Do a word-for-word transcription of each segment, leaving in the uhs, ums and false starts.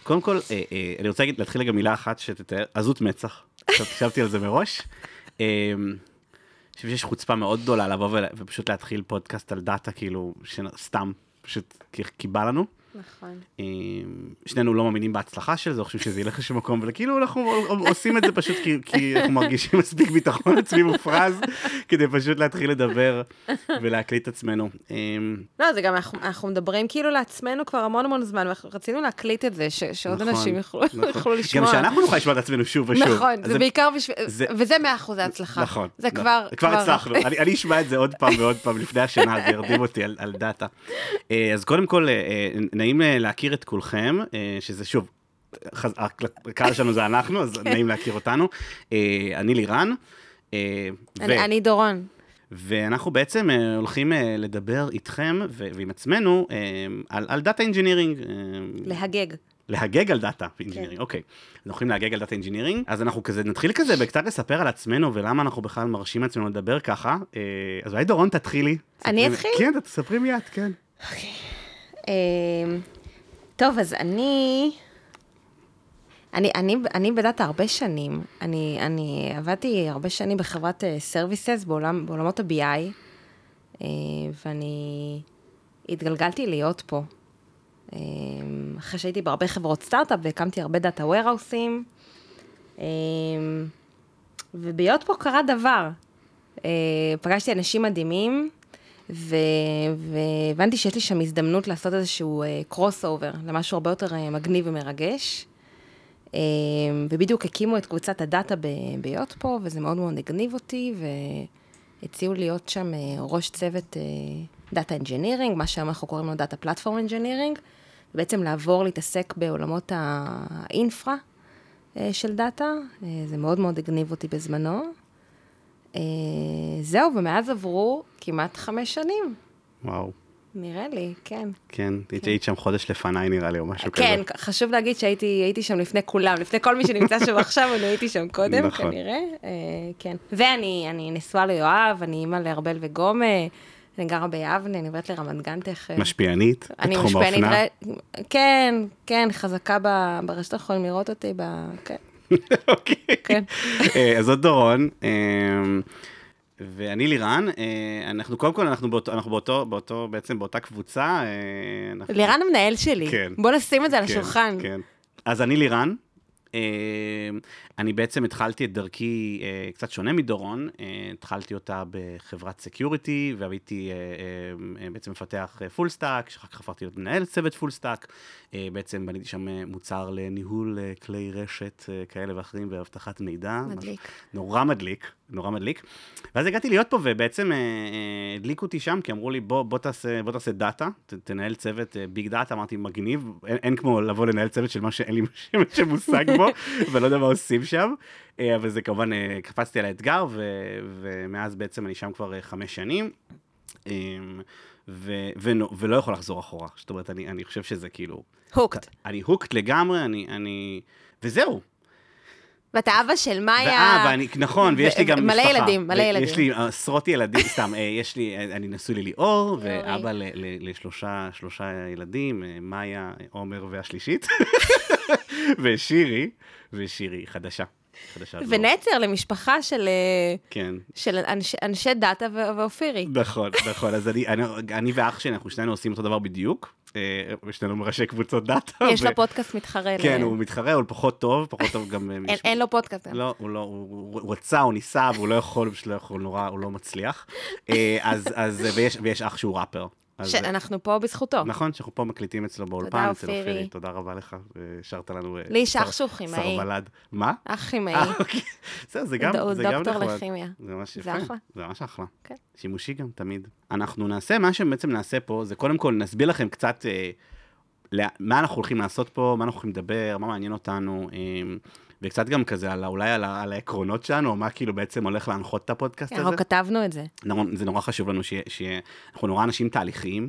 קודם כל, אני רוצה להתחיל גם מילה אחת שתתאר, עזות מצח. חשבתי על זה מראש. אני חושב שיש חוצפה מאוד גדולה לבוא ופשוט להתחיל פודקאסט על דאטה, כאילו, סתם, פשוט כי בא לנו. נכון. שנינו לא מאמינים בהצלחה של זה, חושבים שזה ילך לשום מקום, וכאילו אנחנו עושים את זה פשוט כי אנחנו מרגישים מספיק ביטחון עצמי מופרז, כדי פשוט להתחיל לדבר ולהקליט עצמנו. לא, זה גם, אנחנו מדברים כאילו לעצמנו כבר המון המון זמן, ורצינו להקליט את זה, שעוד אנשים יוכלו לשמוע. גם שאנחנו נוכל לשמוע את עצמנו שוב ושוב. נכון, זה בעיקר, וזה מאה אחוז ההצלחה. נכון. זה כבר... כבר הצלחנו. אני אשמע את זה עוד פעם ועוד פעם לפני השנה, זה ירדים אותי על דאטה. אז קודם כל, נעים להכיר את כולכם, שזה שוב, הקהל שלנו זה אנחנו, אז נעים להכיר אותנו. אני לירן. אני דורון. ואנחנו בעצם הולכים לדבר איתכם ועם עצמנו על דאטה אינג'ינירינג. להגג. להגג על דאטה אינג'ינירינג, אוקיי. אנחנו הולכים להגג על דאטה אינג'ינירינג, אז אנחנו כזה, נתחיל כזה בקצת לספר על עצמנו, ולמה אנחנו בכלל מרשים עצמנו לדבר ככה. אז אולי דורון תתחילי. אני אתחיל? כן, תספרי מיד, כן. אוקיי. טוב, אז אני, אני, אני, אני בדאטה הרבה שנים. אני, אני עבדתי הרבה שנים בחברת סרוויסס בעולם, בעולמות ה-בי איי, ואני התגלגלתי להיות פה. אחרי שהייתי בהרבה חברות סטארט-אפ, והקמתי הרבה דאטה ווירהאוסים, ובהיות פה קרה דבר. פגשתי אנשים מדהימים, והבנתי שיש לי שם הזדמנות לעשות איזשהו קרוס אובר, למשהו הרבה יותר מגניב ומרגש, ובדיוק הקימו את קבוצת הדאטה ביות פה, וזה מאוד מאוד הגניב אותי, והציעו להיות שם ראש צוות דאטה אנג'ינירינג, מה שהיום אנחנו קוראים לו דאטה פלטפורם אנג'ינירינג, ובעצם לעבור להתעסק בעולמות האינפרה של דאטה, זה מאוד מאוד הגניב אותי בזמנו, זהו, ומאז עברו כמעט חמש שנים. וואו. נראה לי, כן. כן, היית שם חודש לפניי נראה לי, או משהו כזה. כן, חשוב להגיד שהייתי שם לפני כולם, לפני כל מי שנמצא שם עכשיו, אני הייתי שם קודם, כנראה. כן. ואני נשואה ליואב, אני אימא לארבל וגומה, אני גרה ביבנה, אני עוברת לרמת גן תכף. משפיענית, בתחום האופנה. כן, כן, חזקה ברשת, יכולים לראות אותי, כן. אוקיי. כן. אז עוד דורון, ואני לירן, אנחנו קודם כל, אנחנו באותו, אנחנו באותו, באותו, בעצם באותה קבוצה. לירן המנהל שלי. כן. בוא נשים את זה על השולחן. כן. אז אני לירן, אני בעצם התחלתי את דרכי קצת שונה מדורון, התחלתי אותה בחברת סקיוריטי, והייתי בעצם מפתח פול סטאק, שאחר כך הפכתי להיות מנהל צוות פול סטאק, בעצם בניתי שם מוצר לניהול כלי רשת כאלה ואחרים, והבטחת מידע. מדליק. נורא מדליק, נורא מדליק. ואז הגעתי להיות פה, ובעצם הדליקו אותי שם, כי אמרו לי, בוא, בוא תעשה, בוא תעשה דאטה, תנהל צוות ביג דאטה, אמרתי, מגניב, אין, אין כמו לבוא לנהל צוות של מה שאין לי שמושג בו, ולא יודע מה עושים שם, אבל זה כמובן, קפצתי על האתגר, ו- ומאז בעצם אני שם כבר חמש שנים, ו- ו- ולא יכול לחזור אחורה. זאת אומרת, אני, אני חושב שזה כאילו... הוקט. אני הוקט לגמרי, אני, אני... וזהו. ואתה אבא של מאיה... ואבא, אני, נכון, ויש לי גם מלא משפחה. ילדים, מלא ילדים. יש לי עשרות ילדים, סתם, יש לי, אני נשוי לליאור, ואבא ל- ל- לשלושה שלושה ילדים, מאיה, עומר והשלישית, ושירי, ושירי חדשה. ונצר למשפחה של, כן. של אנשי, אנשי דאטה ואופירי. נכון, נכון. אז אני, אני, אני ואח שלי, אנחנו שנינו עושים אותו דבר בדיוק, ושנינו מראשי קבוצות דאטה. יש לו פודקאסט מתחרה. כן, הוא מתחרה, הוא פחות טוב, פחות טוב גם... אין לו פודקאסט. לא, הוא לא, הוא רצה, הוא ניסה, והוא לא יכול, הוא לא יכול, נורא, הוא לא מצליח. אז, ויש אח שהוא ראפר. שאנחנו פה בזכותו. נכון, שאנחנו פה מקליטים אצלו באולפן, אצל אופירי. תודה רבה לך, שרת לנו... לי יש אח שהוא כימאי. סרבלד. מה? אח כימאי. זה גם נחמד. הוא דוקטור לכימיה. זה ממש יפה. זה אחלה. זה ממש אחלה. שימושי גם תמיד. אנחנו נעשה, מה שבעצם נעשה פה, זה קודם כל נסביר לכם קצת מה אנחנו הולכים לעשות פה, מה אנחנו הולכים לדבר, מה מעניין אותנו, וקצת גם כזה, אולי על העקרונות שלנו, או מה כאילו בעצם הולך להנחות את הפודקאסט הזה. אנחנו כתבנו את זה. זה נורא חשוב לנו שאנחנו נורא אנשים תהליכיים.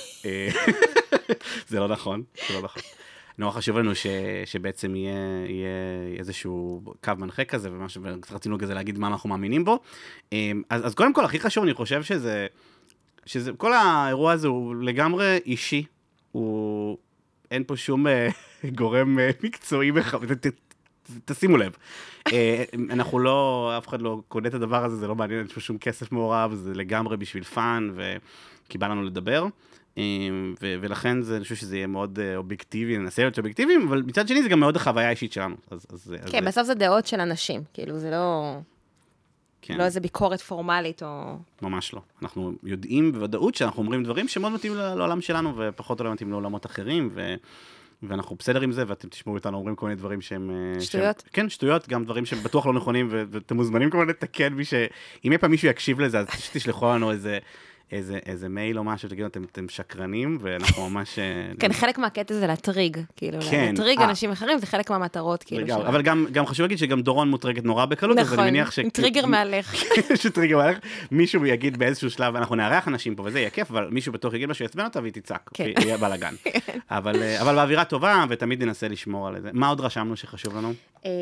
זה לא נכון, זה לא נכון. נורא חשוב לנו שבעצם יהיה איזשהו קו מנחה כזה, ורצינו כזה להגיד מה אנחנו מאמינים בו. אז קודם כל, הכי חשוב, אני חושב שזה, כל האירוע הזה הוא לגמרי אישי, הוא, אין פה שום... גורם מקצועי, תשימו לב. אנחנו לא, אף אחד לא קונה את הדבר הזה, זה לא מעניין, יש פה שום כסף מעורב, זה לגמרי בשביל פאן, וקיבלנו לדבר. ולכן אני חושב שזה יהיה מאוד אובייקטיבי, ננסה להיות אובייקטיביים, אבל מצד שני זה גם מאוד החוויה האישית שלנו. כן, בסוף זה דעות של אנשים, כאילו זה לא... לא איזה ביקורת פורמלית או... ממש לא. אנחנו יודעים בוודאות שאנחנו אומרים דברים שמאוד מתאים לעולם שלנו, ופחות לא מתאים לעולמות אחרים, ו... ואנחנו בסדר עם זה, ואתם תשמעו אותנו אומרים כל מיני דברים שהם... שטויות? כן, שטויות, גם דברים שהם בטוח לא נכונים, ואתם מוזמנים כמובן לתקן מי ש... אם יהיה פעם מישהו יקשיב לזה, אז תשלחו לנו איזה... איזה, איזה מייל או משהו, תגידו, אתם, אתם שקרנים, ואנחנו ממש... כן, חלק מהקטע זה לטריג, כאילו, כן, לטריג אה. אנשים אחרים, זה חלק מהמטרות, כאילו. לגמרי, אבל גם, גם חשוב להגיד שגם דורון מוטרגת נורא בקלות, אז אני מניח ש... נכון, טריגר מהלך. שטריגר מהלך, מישהו יגיד באיזשהו שלב, אנחנו נארח אנשים פה, וזה יהיה כיף, אבל מישהו בתוך יגיד משהו יעצבן אותה, והיא תצעק, כן. יהיה בלגן. אבל, אבל באווירה טובה, ותמיד ננסה לשמור על זה. מה עוד רשמנו שחשוב לנו?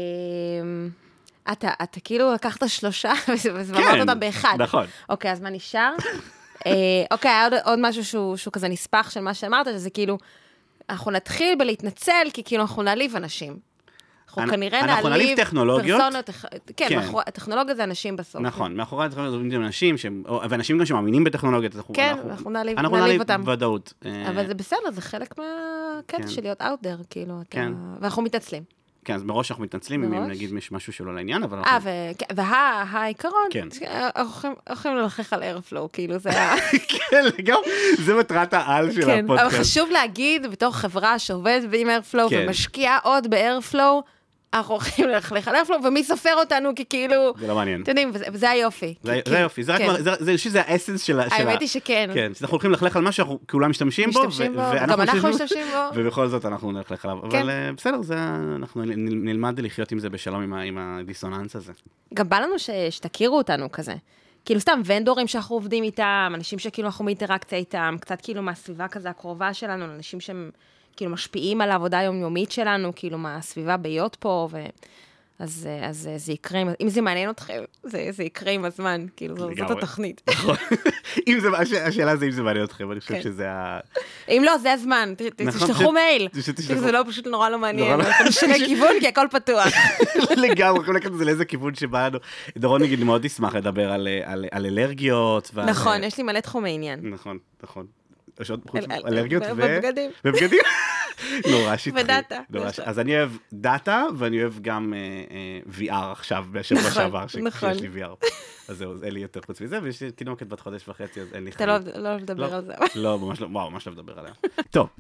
אתה, אתה כאילו לקחת שלושה, ואמרת אותם באחד. נכון. אוקיי, אז מה נשאר? אוקיי, היה עוד משהו שהוא, שהוא כזה נספח של מה שאמרת, שזה כאילו, אנחנו נתחיל בלהתנצל, כי כאילו אנחנו נעליב אנשים. אנחנו כנראה נעליב... אנחנו נעליב טכנולוגיות. פרסונות, כן, הטכנולוגיה זה אנשים בסוף. נכון, מאחורי הטכנולוגיה זה אנשים, ואנשים גם שמאמינים בטכנולוגיות. כן, אנחנו נעליב אותם. אנחנו נעליב בוודאות. אבל זה בסדר, זה חלק מהקטע של להיות out there, כאילו, ואנחנו מתעצלים. כן, אז מראש אנחנו מתנצלים, אם נגיד משהו שלא לעניין, אבל... אה, והעיקרון, אנחנו יכולים ללכך על Airflow, כאילו זה היה... כן, לגמרי, זה מטרת העל של הפודקאסט. אבל חשוב להגיד, בתור חברה שעובדת עם Airflow ומשקיעה עוד ב-Airflow, אנחנו הולכים ללכך על Airflow, ומי סופר אותנו, כי כאילו... זה לא מעניין. אתם יודעים, וזה היופי. זה היופי, זה רק, זה האסנס של... האמת היא שכן. כן, שאנחנו הולכים ללכך על משהו שאנחנו כולם משתמשים בו, משתמשים בו, גם אנחנו משתמשים בו. ובכל זאת אנחנו נלכך עליו. אבל בסדר, אנחנו נלמד לחיות עם זה בשלום עם הדיסוננס הזה. גם בא לנו שתכירו אותנו כזה. כאילו סתם ונדורים שאנחנו עובדים איתם, אנשים שכאילו אנחנו מאינטראקציה איתם, קצת כאילו מהסביבה כזה הקרובה שלנו, אנשים שהם כאילו משפיעים על העבודה היומיומית שלנו, כאילו מהסביבה ביות פה, ו... אז, אז זה יקרה, אם זה מעניין אתכם, זה, זה יקרה עם הזמן, כאילו, זאת התוכנית. נכון. אם זה, השאלה זה אם זה מעניין אתכם, אני חושב שזה ה... אם לא, זה הזמן, תשלחו מייל. זה לא, פשוט נורא לא מעניין, אנחנו נשנה כיוון, כי הכל פתוח. לגמרי, אנחנו לקחת את זה לאיזה כיוון שבא לנו. דורון נגיד, מאוד ישמח לדבר על אלרגיות. נכון, יש לי מלא תחומי עניין. נכון, נכון. יש עוד חוץ אלרגיות ו... ובגדים. ובגדים. נורא שטחי. ודאטה. אז אני אוהב דאטה, ואני אוהב גם וי אר עכשיו, בשבוע שעבר, שיש לי וי אר. אז זהו, אין לי יותר חוץ מזה, ויש לי תינוקת בת חודש וחצי, אז אין לי חיים. אתה לא מדבר על זה. לא, ממש לא, וואו, ממש לא מדבר עליה. טוב,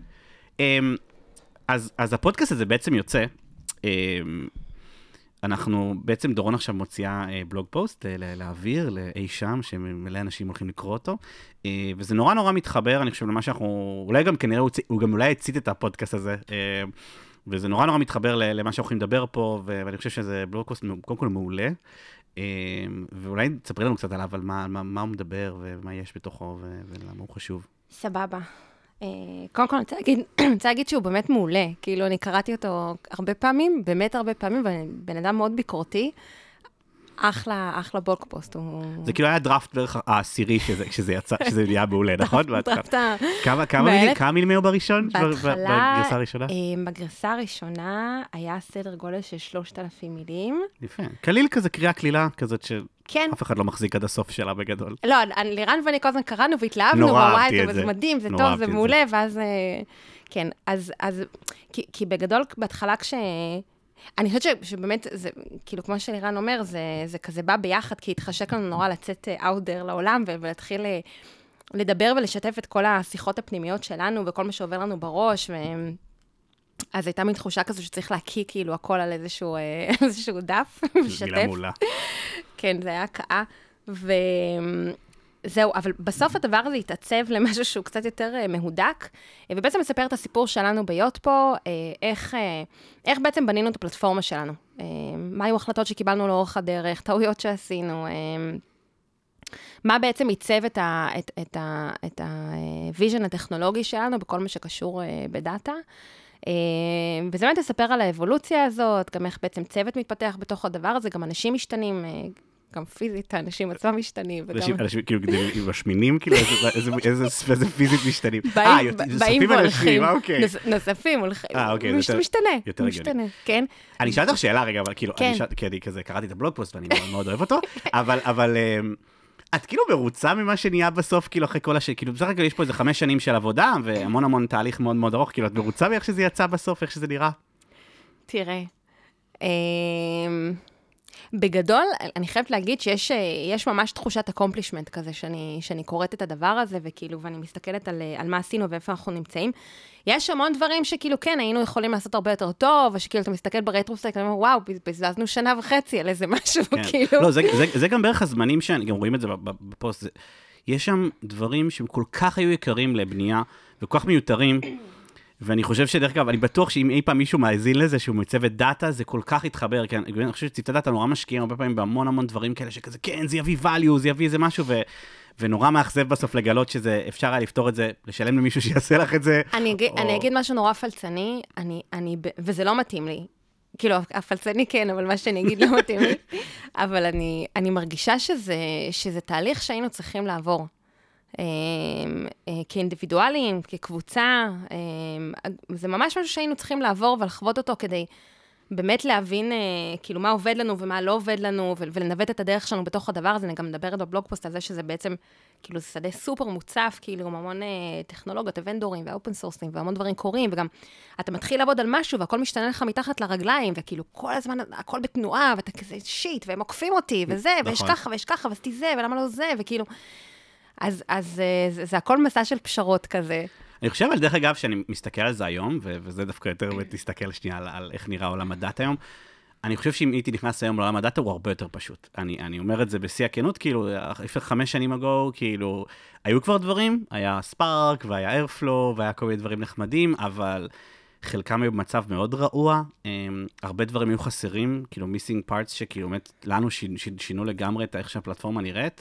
אז הפודקאסט הזה בעצם יוצא, אנחנו, בעצם דורון עכשיו מוציאה בלוג פוסט להעביר לאי שם, שמלא אנשים הולכים לקרוא אותו, וזה נורא נורא מתחבר, אני חושב, למה שאנחנו, אולי גם כנראה, הוא גם אולי הצית את הפודקאסט הזה, וזה נורא נורא מתחבר למה שאנחנו יכולים לדבר פה, ואני חושב שזה בלוג פוסט קודם כל מעולה, ואולי תספרי לנו קצת עליו, על מה הוא מדבר, ומה יש בתוכו, ולמה הוא חשוב. סבבה. קודם כל, אני רוצה להגיד שהוא באמת מעולה, כאילו אני קראתי אותו הרבה פעמים, באמת הרבה פעמים, ואני בן אדם מאוד ביקורתי, אחלה, אחלה בלוג פוסט. זה כאילו היה דראפט בערך העשירי שזה יצא, שזה נהיה מעולה, נכון? דראפט כמה מילים היו בראשון? בגרסה הראשונה? בגרסה הראשונה היה סדר גודל של שלושת אלפים מילים. יפה. קליל כזה, קריאה קלילה כזאת של... כן. אף אחד לא מחזיק עד הסוף שלה בגדול. לא, לירן ואני כל הזמן קראנו והתלהבנו, נורא אהבתי את זה. זה מדהים, זה טוב, זה מעולה, ואז, כן, אז, אז, כי, כי בגדול, בהתחלה כש... אני חושבת שבאמת, זה, כאילו, כמו שלירן אומר, זה, זה כזה בא ביחד, כי התחשק לנו נורא לצאת out there לעולם, ולהתחיל לדבר ולשתף את כל השיחות הפנימיות שלנו, וכל מה שעובר לנו בראש, ו... אז הייתה מין תחושה כזו שצריך להקיא כאילו הכל על איזשהו, איזשהו דף, ושתף. מילה מולה. כן, זה היה קאה. וזהו, אבל בסוף הדבר הזה התעצב למשהו שהוא קצת יותר מהודק, ובעצם מספר את הסיפור שלנו ביות פה, איך, איך בעצם בנינו את הפלטפורמה שלנו. מה היו החלטות שקיבלנו לאורך הדרך, טעויות שעשינו, מה בעצם ייצב את ה, את, את ה, את הוויז'ן הטכנולוגי שלנו בכל מה שקשור בדאטה. וזה באמת לספר על האבולוציה הזאת, גם איך בעצם צוות מתפתח בתוך הדבר הזה, גם אנשים משתנים, גם פיזית, האנשים עצמם משתנים. אנשים כאילו גדלים משמינים, כאילו איזה פיזית משתנים. באים והולכים, נוספים, הולכים, משתנה, משתנה, כן. אני שאלת לך שאלה רגע, אבל כאילו, כי אני כזה קראתי את הבלוג פוסט ואני מאוד אוהב אותו, אבל את כאילו מרוצה ממה שנהיה בסוף, כאילו אחרי כל השני, כאילו בסך הכל יש פה איזה חמש שנים של עבודה, והמון המון תהליך מאוד מאוד ארוך, כאילו את מרוצה מאיך שזה יצא בסוף, איך שזה נראה? תראה, בגדול, אני חייבת להגיד שיש יש ממש תחושת אקומפלישמנט כזה, שאני, שאני קוראת את הדבר הזה, וכאילו, ואני מסתכלת על, על מה עשינו ואיפה אנחנו נמצאים. יש המון דברים שכאילו, כן, היינו יכולים לעשות הרבה יותר טוב, ושכאילו, אתה מסתכל ברטרוספקט, אתה אומר, וואו, בזבזנו שנה וחצי על איזה משהו, כן. כאילו. לא, זה, זה, זה גם בערך הזמנים שאני, גם רואים את זה בפוסט, זה, יש שם דברים שהם כל כך היו יקרים לבנייה, וכל כך מיותרים, ואני חושב שדרך כלל, אני בטוח שאם אי פעם מישהו מאזין לזה, שהוא מצוות דאטה, זה כל כך יתחבר, כי אני חושב שצוותי דאטה נורא משקיעים הרבה פעמים בהמון המון דברים כאלה, שכזה, כן, זה יביא value, זה יביא איזה משהו, ו... ונורא מאכזב בסוף לגלות שזה, אפשר היה לפתור את זה, לשלם למישהו שיעשה לך את זה. אני אגיד, או... אני אגיד משהו נורא פלצני, אני, אני, וזה לא מתאים לי. כאילו, הפלצני כן, אבל מה שאני אגיד לא מתאים לי. אבל אני, אני מרגישה שזה, שזה תהליך שהיינו צריכים לעבור. כאינדיבידואלים, כקבוצה, זה ממש משהו שהיינו צריכים לעבור ולחוות אותו כדי באמת להבין כאילו מה עובד לנו ומה לא עובד לנו, ולנווט את הדרך שלנו בתוך הדבר הזה. אני גם מדברת בבלוג פוסט על זה שזה בעצם, כאילו זה שדה סופר מוצף, כאילו עם המון טכנולוגיות, ונדורים ואופן סורסים, והמון דברים קורים, וגם אתה מתחיל לעבוד על משהו, והכל משתנה לך מתחת לרגליים, וכאילו כל הזמן, הכל בתנועה, ואתה כזה שיט, והם עוקפים אותי, וזה, ויש ככה, ויש ככה, ועשיתי זה, ולמה לא זה, וכאילו... אז, אז זה, זה הכל מסע של פשרות כזה. אני חושב על דרך אגב שאני מסתכל על זה היום, ו- וזה דווקא יותר באמת להסתכל שנייה על, על איך נראה עולם הדאטה היום. אני חושב שאם הייתי נכנס היום לעולם הדאטה, הוא הרבה יותר פשוט. אני, אני אומר את זה בשיא הכנות, כאילו, לפני חמש שנים אגו, כאילו, היו כבר דברים, היה ספארק, והיה איירפלו, והיה כל מיני דברים נחמדים, אבל חלקם היו במצב מאוד רעוע, הרבה דברים היו חסרים, כאילו, missing parts שכאילו, באמת, לנו שינו לגמרי את איך שהפלטפורמה נראית.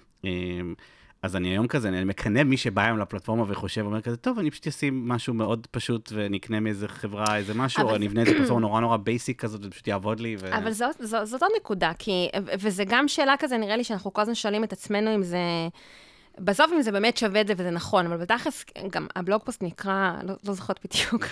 אז אני היום כזה, אני מקנה מי שבא היום לפלטפורמה וחושב, אומר כזה, טוב, אני פשוט אשים משהו מאוד פשוט, ונקנה מאיזה חברה, איזה משהו, או אני אבנה איזה פלטפורמה נורא נורא בייסיק כזאת, ופשוט יעבוד לי. ו... אבל זאת, זאת, זאת עוד נקודה, כי, וזה גם שאלה כזה, נראה לי שאנחנו כל הזמן שואלים את עצמנו אם זה, בסוף אם זה באמת שווה את זה וזה נכון, אבל בתכלס, גם הבלוג פוסט נקרא, לא, לא זוכרת בדיוק,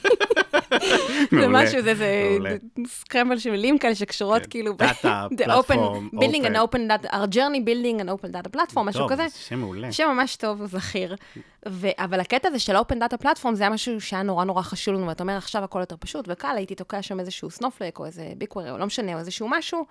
זה משהו, זה סקרמבל של מילים כאלה שקשורות כאילו, דאטה, פלטפורם, building an open data, our journey building an open data platform, משהו כזה. טוב, שם מעולה. שם ממש טוב וזכיר. אבל הקטע הזה של open data platform, זה היה משהו שהיה נורא נורא חשוב לנו, ואתה אומר, עכשיו הכל יותר פשוט, וקל, הייתי תוקע שם איזשהו סנופלייק, או איזה ביקוורי, או לא משנה, או איזשהו משהו,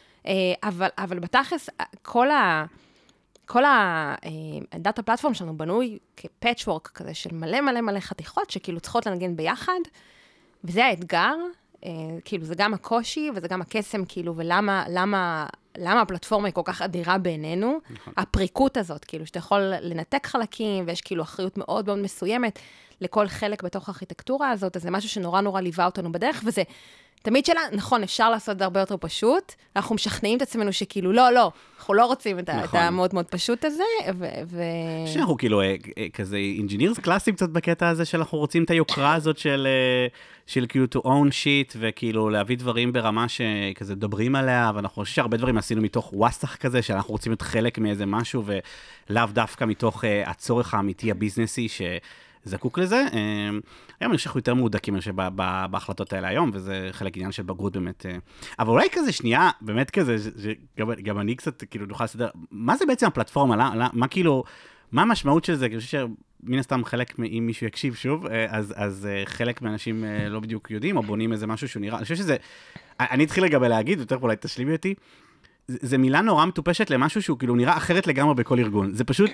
אבל בתכלס, כל ה... כל הדאטה פלטפורם שלנו בנוי כפאצ'וורק כזה של מלא מלא מלא חתיכות, שכאילו צריכות לנגן ביחד, וזה האתגר, כאילו זה גם הקושי, וזה גם הקסם, כאילו, ולמה, למה, למה הפלטפורמה היא כל כך אדירה בעינינו, הפריקות הזאת, כאילו, שאתה יכול לנתק חלקים, ויש כאילו אחריות מאוד מאוד מסוימת לכל חלק בתוך הארכיטקטורה הזאת, אז זה משהו שנורא נורא ליווה אותנו בדרך, וזה תמיד שאלה, נכון, אפשר לעשות את זה הרבה יותר פשוט, אנחנו משכנעים את עצמנו שכאילו, לא, לא, אנחנו לא רוצים את המאוד מאוד פשוט הזה, ו... שאנחנו כאילו כזה אינג'ינירס קלאסיים קצת בקטע הזה, שאנחנו רוצים את היוקרה הזאת של, של כאילו to own shit, וכאילו להביא דברים ברמה שכזה דברים עליה, ואנחנו חושבים שהרבה דברים עשינו מתוך ווסח כזה, שאנחנו רוצים להיות חלק מאיזה משהו, ולאו דווקא מתוך הצורך האמיתי הביזנסי, ש... זקוק לזה. היום אני חושב שאנחנו יותר מהודקים בהחלטות האלה היום, וזה חלק עניין של בגרות באמת. אבל אולי כזה שנייה, באמת כזה, גם אני קצת כאילו נוכל לסדר, מה זה בעצם הפלטפורמה? מה כאילו, מה המשמעות של זה? אני חושב שמן הסתם חלק, אם מישהו יקשיב שוב, אז חלק מהאנשים לא בדיוק יודעים, או בונים איזה משהו שהוא נראה. אני חושב שזה, אני אתחיל לגבי להגיד, יותר אולי תשלימי אותי, זה מילה נורא מטופשת למשהו שהוא כאילו נראה אחרת לגמרי בכל ארגון. זה פשוט,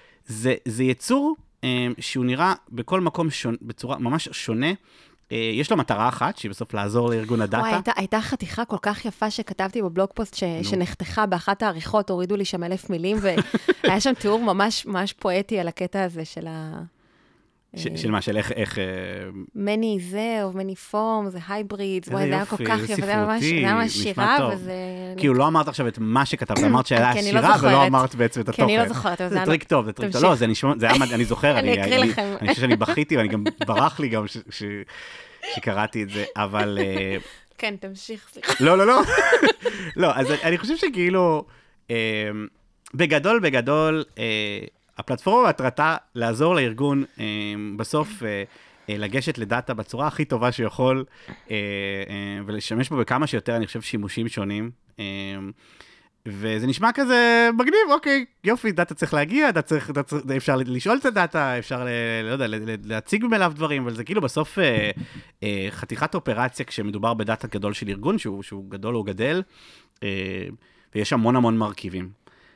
זה יצור שהוא נראה בכל מקום שונה, בצורה ממש שונה. יש לו מטרה אחת, שהיא בסוף לעזור לארגון הדאטה. וואי, הייתה, הייתה חתיכה כל כך יפה שכתבתי בבלוג פוסט, ש, שנחתכה באחת העריכות, הורידו לי שם אלף מילים, והיה שם תיאור ממש, ממש פואטי על הקטע הזה של ה... ש, של מה, של איך... איך many זה, או many form, זה הייבריד, וואי, זה היה כל כך יפה, זה היה ממש שירה, וזה... כאילו, לא אמרת עכשיו את מה שכתבת, אמרת שהיה שירה, ולא אמרת בעצם את התוכן. כי אני לא זוכרת, זה טריק טוב, זה טריק טוב. לא, זה נשמע, זה היה, אני זוכר, אני אקריא לכם. אני חושב שאני בכיתי, ואני גם ברח לי גם שקראתי את זה, אבל... כן, תמשיך, סליחה. לא, לא, לא. לא, אז אני חושב שכאילו, בגדול, בגדול, הפלטפורמה מטרתה לעזור לארגון בסוף לגשת לדאטה בצורה הכי טובה שיכול, ולשמש בו בכמה שיותר, אני חושב, שימושים שונים. וזה נשמע כזה מגניב, אוקיי, יופי, דאטה צריך להגיע, דאטה צריך, דאטה, אפשר לשאול את הדאטה, אפשר, לא יודע, להציג ממנו דברים, אבל זה כאילו בסוף חתיכת אופרציה כשמדובר בדאטה גדול של ארגון, שהוא, שהוא גדול או גדל, ויש המון המון מרכיבים.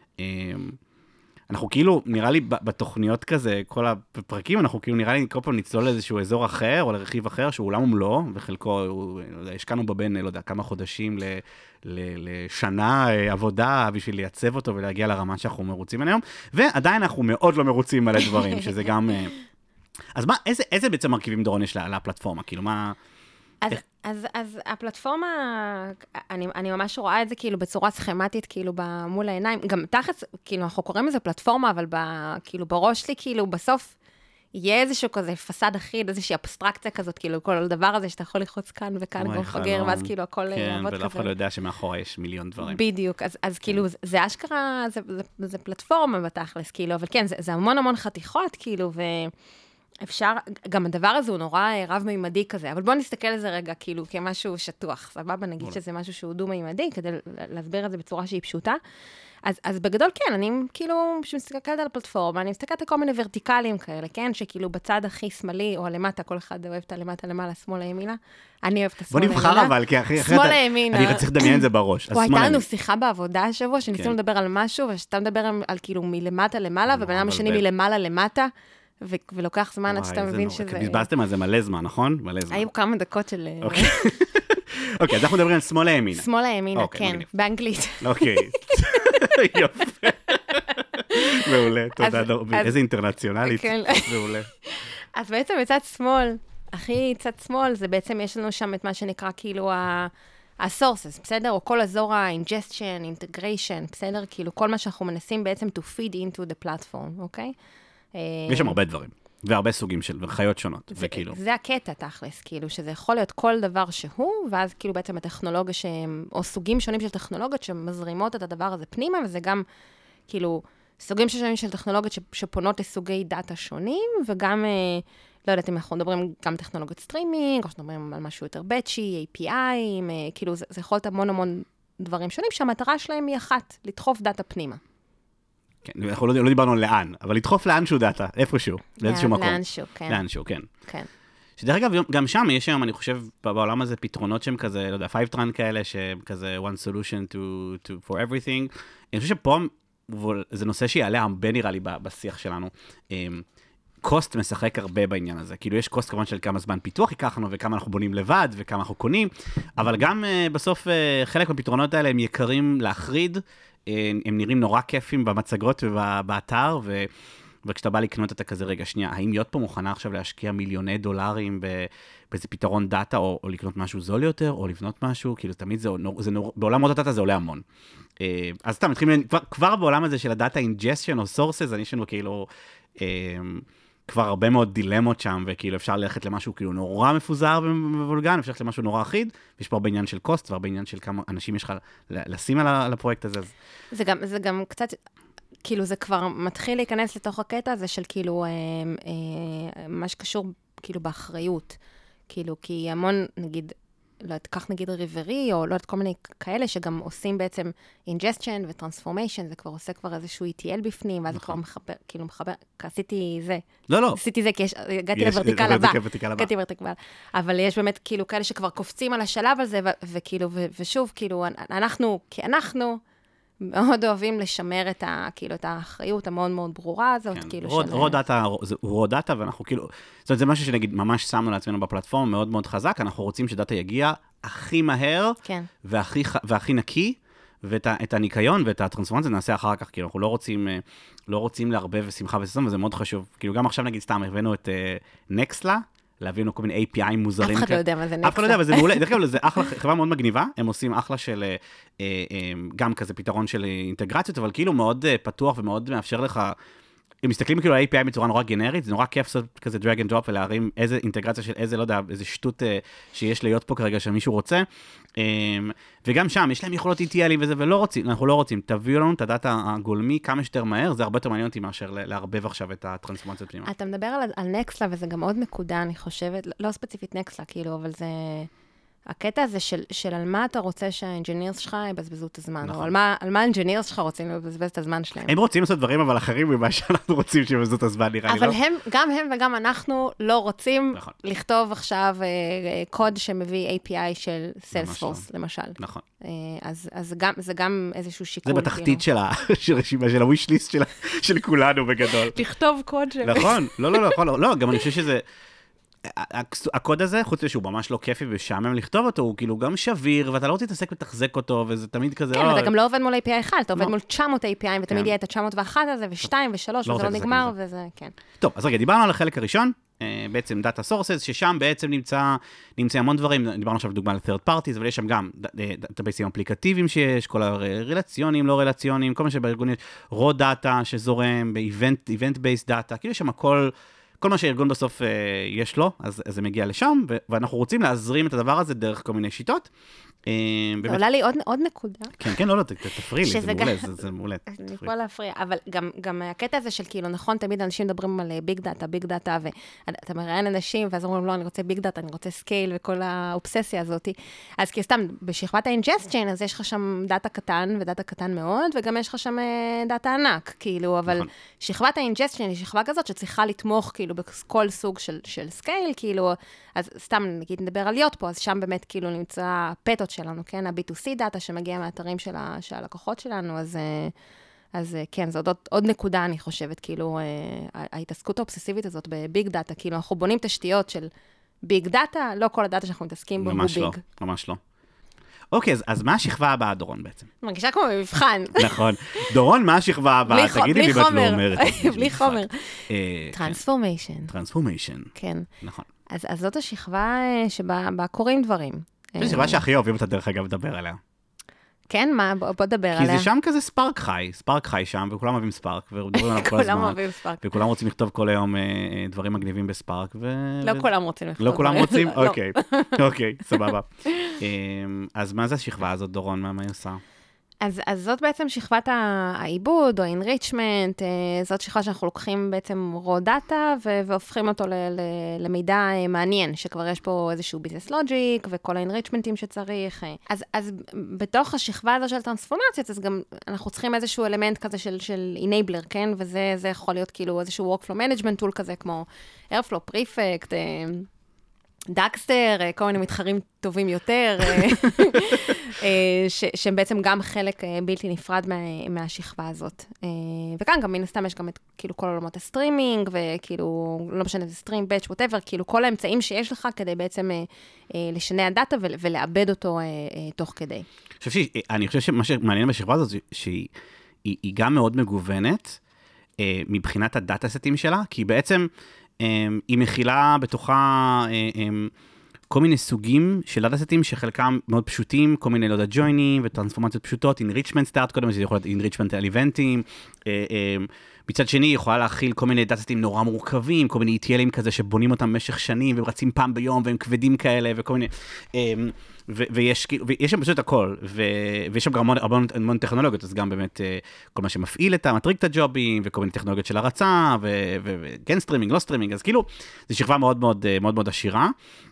אנחנו כאילו, נראה לי בתוכניות כזה, כל הפרקים, אנחנו כאילו נראה לי כל פעם נצלול לאיזשהו אזור אחר, או לרכיב אחר, שהוא עולם ומלואו, וחלקו, השקענו בו בין, לא יודע, כמה חודשים ל, ל, לשנה עבודה, בשביל לייצב אותו ולהגיע לרמה שאנחנו מרוצים ממנו, ועדיין אנחנו מאוד לא מרוצים על הדברים, שזה גם... אז מה, איזה, איזה בעצם מרכיבים דורון יש לפלטפורמה? כאילו, מה... אז, אז, אז הפלטפורמה, אני, אני ממש רואה את זה כאילו בצורה סכמטית, כאילו מול העיניים, גם תחת, כאילו אנחנו קוראים לזה פלטפורמה, אבל ב, כאילו בראש שלי, כאילו בסוף יהיה איזשהו כזה פסד אחיד, איזושהי אבסטרקציה כזאת, כאילו כל הדבר הזה שאתה יכול לחוץ כאן וכאן כמו חגר, ואז כאילו הכל יעבוד כזה. כן, ולא אחד לא יודע שמאחורה יש מיליון דברים. בדיוק, אז, אז כאילו זה אשכרה, זה, זה, זה פלטפורמה בתכלס, כאילו, אבל כן, זה, זה המון המון חתיכות, כאילו, ו... אפשר, גם הדבר הזה הוא נורא רב-מימדי כזה, אבל בואו נסתכל על זה רגע, כאילו, כמשהו שטוח, סבבה, נגיד שזה משהו שהוא דו-מימדי, כדי להסביר את זה בצורה שהיא פשוטה. אז, אז בגדול כן, אני כאילו, כשמסתכלת על הפלטפורמה, אני מסתכלת על כל מיני ורטיקלים כאלה, כן? שכאילו בצד הכי שמאלי, או למטה, כל אחד אוהב את הלמטה, למעלה, שמאלה, ימינה. אני אוהבת את השמאלה, ימינה. בוא נבחר אבל, כי אחרי... שמאלה, ימינה. אני צריך לדמיין את זה בראש. או הייתה לנו שיחה בעבודה השבוע, שניסינו לדבר על משהו, ושאתה מדבר על כאילו מלמטה למעלה, ובן אדם השני מלמעלה למטה. ו- ולוקח זמן עד שאתה מבין שזה... בזבזתם על זה מלא זמן, נכון? מלא זמן. היו כמה דקות של... אוקיי, אז אנחנו מדברים על שמאלה ימינה. שמאלה ימינה, כן, באנגלית. אוקיי, יופי. מעולה, תודה, איזה אינטרנציונלית. מעולה. אז בעצם בצד שמאל, הכי צד שמאל, זה בעצם יש לנו שם את מה שנקרא כאילו ה-sources, בסדר? או כל אזור ה-ingestion, integration, בסדר? כאילו כל מה שאנחנו מנסים בעצם to feed into the platform, אוקיי? יש שם הרבה דברים, והרבה סוגים של חיות שונות, זה, וכאילו. זה הקטע תכלס, כאילו, שזה יכול להיות כל דבר שהוא, ואז כאילו בעצם הטכנולוגיה שהם, או סוגים שונים של טכנולוגיות שמזרימות את הדבר הזה פנימה, וזה גם, כאילו, סוגים שונים של טכנולוגיות שפונות לסוגי דאטה שונים, וגם, לא יודעת אם אנחנו מדברים גם טכנולוגיות סטרימינג, או שאנחנו על משהו יותר בטשי, איי פי איי, כאילו, זה, זה יכול להיות המון המון דברים שונים, שהמטרה שלהם היא אחת, לדחוף דאטה פנימה. כן, אנחנו לא, לא דיברנו לאן, אבל לדחוף לאנשהו דאטה, איפשהו, לאיזשהו מקום. לאנשהו, כן. לאנשהו, כן. כן. שדרך אגב, גם שם יש היום, אני חושב, בעולם הזה פתרונות שהם כזה, לא יודע, פייב-טרן כאלה, שהם כזה one solution to, to, for everything. אני חושב שפה זה נושא שיעלה הרבה נראה לי בשיח שלנו. קוסט משחק הרבה בעניין הזה. כאילו יש קוסט כמובן של כמה זמן פיתוח ייקח לנו, וכמה אנחנו בונים לבד, וכמה אנחנו קונים, אבל גם בסוף חלק מהפתרונות האלה הם יקרים להחריד, הם נראים נורא כיפים במצגות ובאתר, ו... וכשאתה בא לקנות אתה כזה, רגע, שנייה, האם להיות פה מוכנה עכשיו להשקיע מיליוני דולרים באיזה פתרון דאטה, או, או לקנות משהו זול יותר, או לבנות משהו, כאילו תמיד זה, זה נור... בעולם עוד הדאטה זה עולה המון. אז סתם, מתחילים, כבר, כבר בעולם הזה של הדאטה ingestion או sources, אני יש לנו כאילו, כבר הרבה מאוד דילמות שם, וכאילו אפשר ללכת למשהו כאילו נורא מפוזר ומבולגן, אפשר ללכת למשהו נורא אחיד, ויש פה הרבה עניין של קוסט, והרבה עניין של כמה אנשים יש לך לשים על הפרויקט הזה. זה גם, זה גם קצת, כאילו זה כבר מתחיל להיכנס לתוך הקטע הזה של כאילו, אה, אה, מה שקשור כאילו באחריות, כאילו, כי המון, נגיד, לא יודעת, כך נגיד ריברי, או לא יודעת, כל מיני כאלה שגם עושים בעצם ingestion וטרנספורמיישן, זה כבר עושה כבר איזשהו אי טי אל בפנים, ואז כבר מחבר, כאילו מחבר, עשיתי זה. לא, לא. עשיתי זה, כי יש, הגעתי לוורטיקל הבא. הגעתי לוורטיקל. אבל יש באמת כאילו כאלה שכבר קופצים על השלב הזה, וכאילו, ושוב, כאילו, אנחנו, כי אנחנו מאוד אוהבים לשמר את ה, כאילו, את האחריות המאוד מאוד ברורה הזאת, כאילו של... רו דאטה, הוא רו דאטה, ואנחנו כאילו, זאת אומרת, זה משהו שנגיד, ממש שמנו לעצמנו בפלטפורמה, מאוד מאוד חזק, אנחנו רוצים שדאטה יגיע הכי מהר, והכי, והכי נקי, ואת הניקיון ואת הטרנספורמציה נעשה אחר כך, כאילו, אנחנו לא רוצים, לא רוצים להרבב ושמחה וששום, וזה מאוד חשוב. כאילו, גם עכשיו נגיד, סתם, הבאנו את נקסלה, להביא לנו כל מיני איי פי איי מוזרים. אף אחד לא יודע מה זה נקסלה. אף אחד לא יודע, אבל זה מעולה. דרך כלל, זה אחלה, חברה מאוד מגניבה, הם עושים אחלה של, גם כזה פתרון של אינטגרציות, אבל כאילו מאוד פתוח ומאוד מאפשר לך אם מסתכלים כאילו על ה-איי פי איי בצורה נורא גנרית, זה נורא כיף לעשות כזה drag and drop ולהרים איזה אינטגרציה של איזה, לא יודע, איזה שטות שיש להיות פה כרגע שמישהו רוצה. וגם שם, יש להם יכולות אי טי אל וזה, ולא רוצים, אנחנו לא רוצים, תביאו לנו את הדאטה הגולמי כמה שיותר מהר, זה הרבה יותר מעניין אותי מאשר לערבב עכשיו את הטרנספורמציות פנימה. אתה מדבר על, על נקסלה, וזה גם עוד נקודה, אני חושבת, לא ספציפית נקסלה, כאילו, אבל זה... הקטע הזה של, של על מה אתה רוצה שהאנג'ינירס שלך יבזבזו את הזמן, נכון. או על מה, על מה האנג'ינירס שלך רוצים לבזבז את הזמן שלהם. הם רוצים לעשות דברים, אבל אחרים ממה שאנחנו רוצים שיבזבזו את הזמן, נראה לי, אבל לא? הם, גם הם וגם אנחנו לא רוצים נכון. לכתוב עכשיו אה, קוד שמביא איי פי איי של סיילספורס, לא. למשל. נכון. אה, אז, אז גם, זה גם איזשהו שיקול. זה בתחתית של, ה, של רשימה, של הוויש ליסט של, של כולנו בגדול. לכתוב קוד ש... נכון, לא, לא, לא, לא, לא, גם אני חושב שזה... הקוד הזה, חוץ שהוא ממש לא כיפי ושעמם לכתוב אותו, הוא כאילו גם שביר, ואתה לא רוצה להתעסק לתחזק אותו, וזה תמיד כזה... כן, ואתה גם לא עובד מול איי פי איי אחד, אתה עובד מול תשע מאות איי פי איי, ותמיד יהיה את ה-תשע מאות ואחת הזה, ו-שתיים ו-שלוש, וזה לא נגמר, וזה, כן. טוב, אז רגע, דיברנו על החלק הראשון, בעצם Data Sources, ששם בעצם נמצא, נמצא המון דברים, דיברנו עכשיו בדוגמה ל-third parties, אבל יש שם גם דאטאבייסים אפליקטיביים שיש, כל הרלציונים, לא רלציונים, כל מה שבארגונים, raw data שזורם, ב-event-based data, כאילו יש שם הכל, כל מה שהארגון בסוף אה, יש לו, אז, אז זה מגיע לשם, ו- ואנחנו רוצים להזרים את הדבר הזה דרך כל מיני שיטות. אה, זה עולה לי עוד, עוד נקודה. כן, כן, לא, לא, ת, תפריעי לי, זה מעולה, זה, זה מעולה. אני פה להפריע, אבל גם, גם הקטע הזה של כאילו, נכון, תמיד אנשים מדברים על ביג דאטה, ביג דאטה, ואתה מראיין אנשים, ואז אומרים, לא, אני רוצה ביג דאטה, אני רוצה סקייל, וכל האובססיה הזאת. אז כי סתם, בשכבת ה-ingestion, אז יש לך שם דאטה קטן, ודאטה קטן מאוד, וגם יש לך שם דאטה ענק, כאילו, אבל נכון. שכבת ה-ingestion היא שכבה כזאת שצריכה לתמוך, כאילו, בכל סוג של, של סקייל, כאילו, אז סתם, נגיד, נדבר על להיות פה, אז שם באמת, כאילו, נמצא הפטות שלנו, כן? ה-בי טו סי דאטה שמגיע מהאתרים של, ה, של הלקוחות שלנו, אז, אז כן, זו עוד, עוד נקודה, אני חושבת, כאילו, ההתעסקות האובססיבית הזאת בביג דאטה, כאילו, אנחנו בונים תשתיות של ביג דאטה, לא כל הדאטה שאנחנו מתעסקים בו הוא ביג. ממש לא, ממש לא. אוקיי, אז, אז מה השכבה הבאה, דורון, בעצם? מרגישה כמו במבחן. נכון. דורון, מה השכבה הבאה? תגידי לי ואת לא אומרת. בלי חומר. טרנספורמיישן. טרנספורמיישן. כן. נכון. אז, אז זאת השכבה שבה קורים דברים. זו שכבה שהכי אוהבים אותה דרך אגב לדבר עליה. כן, מה? בוא נדבר עליה. כי זה שם כזה ספארק חי, ספארק חי שם, וכולם אוהבים ספארק, ומדברים עליו כל הזמן. כולם אוהבים ספארק. וכולם רוצים לכתוב כל היום דברים מגניבים בספארק, ו... לא כולם רוצים לכתוב. לא כולם רוצים? אוקיי, אוקיי, סבבה. אז מה זה השכבה הזאת, דורון? מה היא עושה? אז, אז זאת בעצם שכבת העיבוד, או enrichment, זאת שכבה שאנחנו לוקחים בעצם raw data, ו- והופכים אותו ל- ל- למידע מעניין, שכבר יש פה איזשהו business logic, וכל ה-enrichmentים שצריך. אז, אז בתוך השכבה הזו של טרנספורמציות, אז גם אנחנו צריכים איזשהו אלמנט כזה של, של enabler, כן? וזה זה יכול להיות כאילו איזשהו workflow management tool כזה, כמו Airflow, Prefect, דאקסטר, כל מיני מתחרים טובים יותר, שהם בעצם גם חלק בלתי נפרד מהשכבה הזאת. וכאן גם מן הסתם יש גם את כאילו כל עולמות הסטרימינג, וכאילו, לא משנה, זה סטרים, בטש, whatever, כאילו כל האמצעים שיש לך כדי בעצם לשנע דאטה ולעבד אותו תוך כדי. אני חושב שמה שמעניין בשכבה הזאת, שהיא גם מאוד מגוונת מבחינת הדאטה סטים שלה, כי בעצם היא מכילה בתוכה כל מיני סוגים של דאטה-סטים שחלקם מאוד פשוטים, כל מיני, לא יודע, ג'וינים וטרנספורמציות פשוטות, enrichment start, קודם זה יכול להיות enrichment על איבנטים, מצד שני היא יכולה להכיל כל מיני דאטה-סטים נורא מורכבים, כל מיני אי טי אלים כזה שבונים אותם במשך שנים, והם רצים פעם ביום, והם כבדים כאלה, וכל מיני, ויש שם פשוט הכל, ויש שם גם המון טכנולוגיות, אז גם באמת כל מה שמפעיל את המטריק את הג'ובים, וכל מיני טכנולוגיות של הרצה, וכן סטרימינג, לא סטרימינג, אז כאילו, זו שכבה מאוד מאוד מאוד עשירה,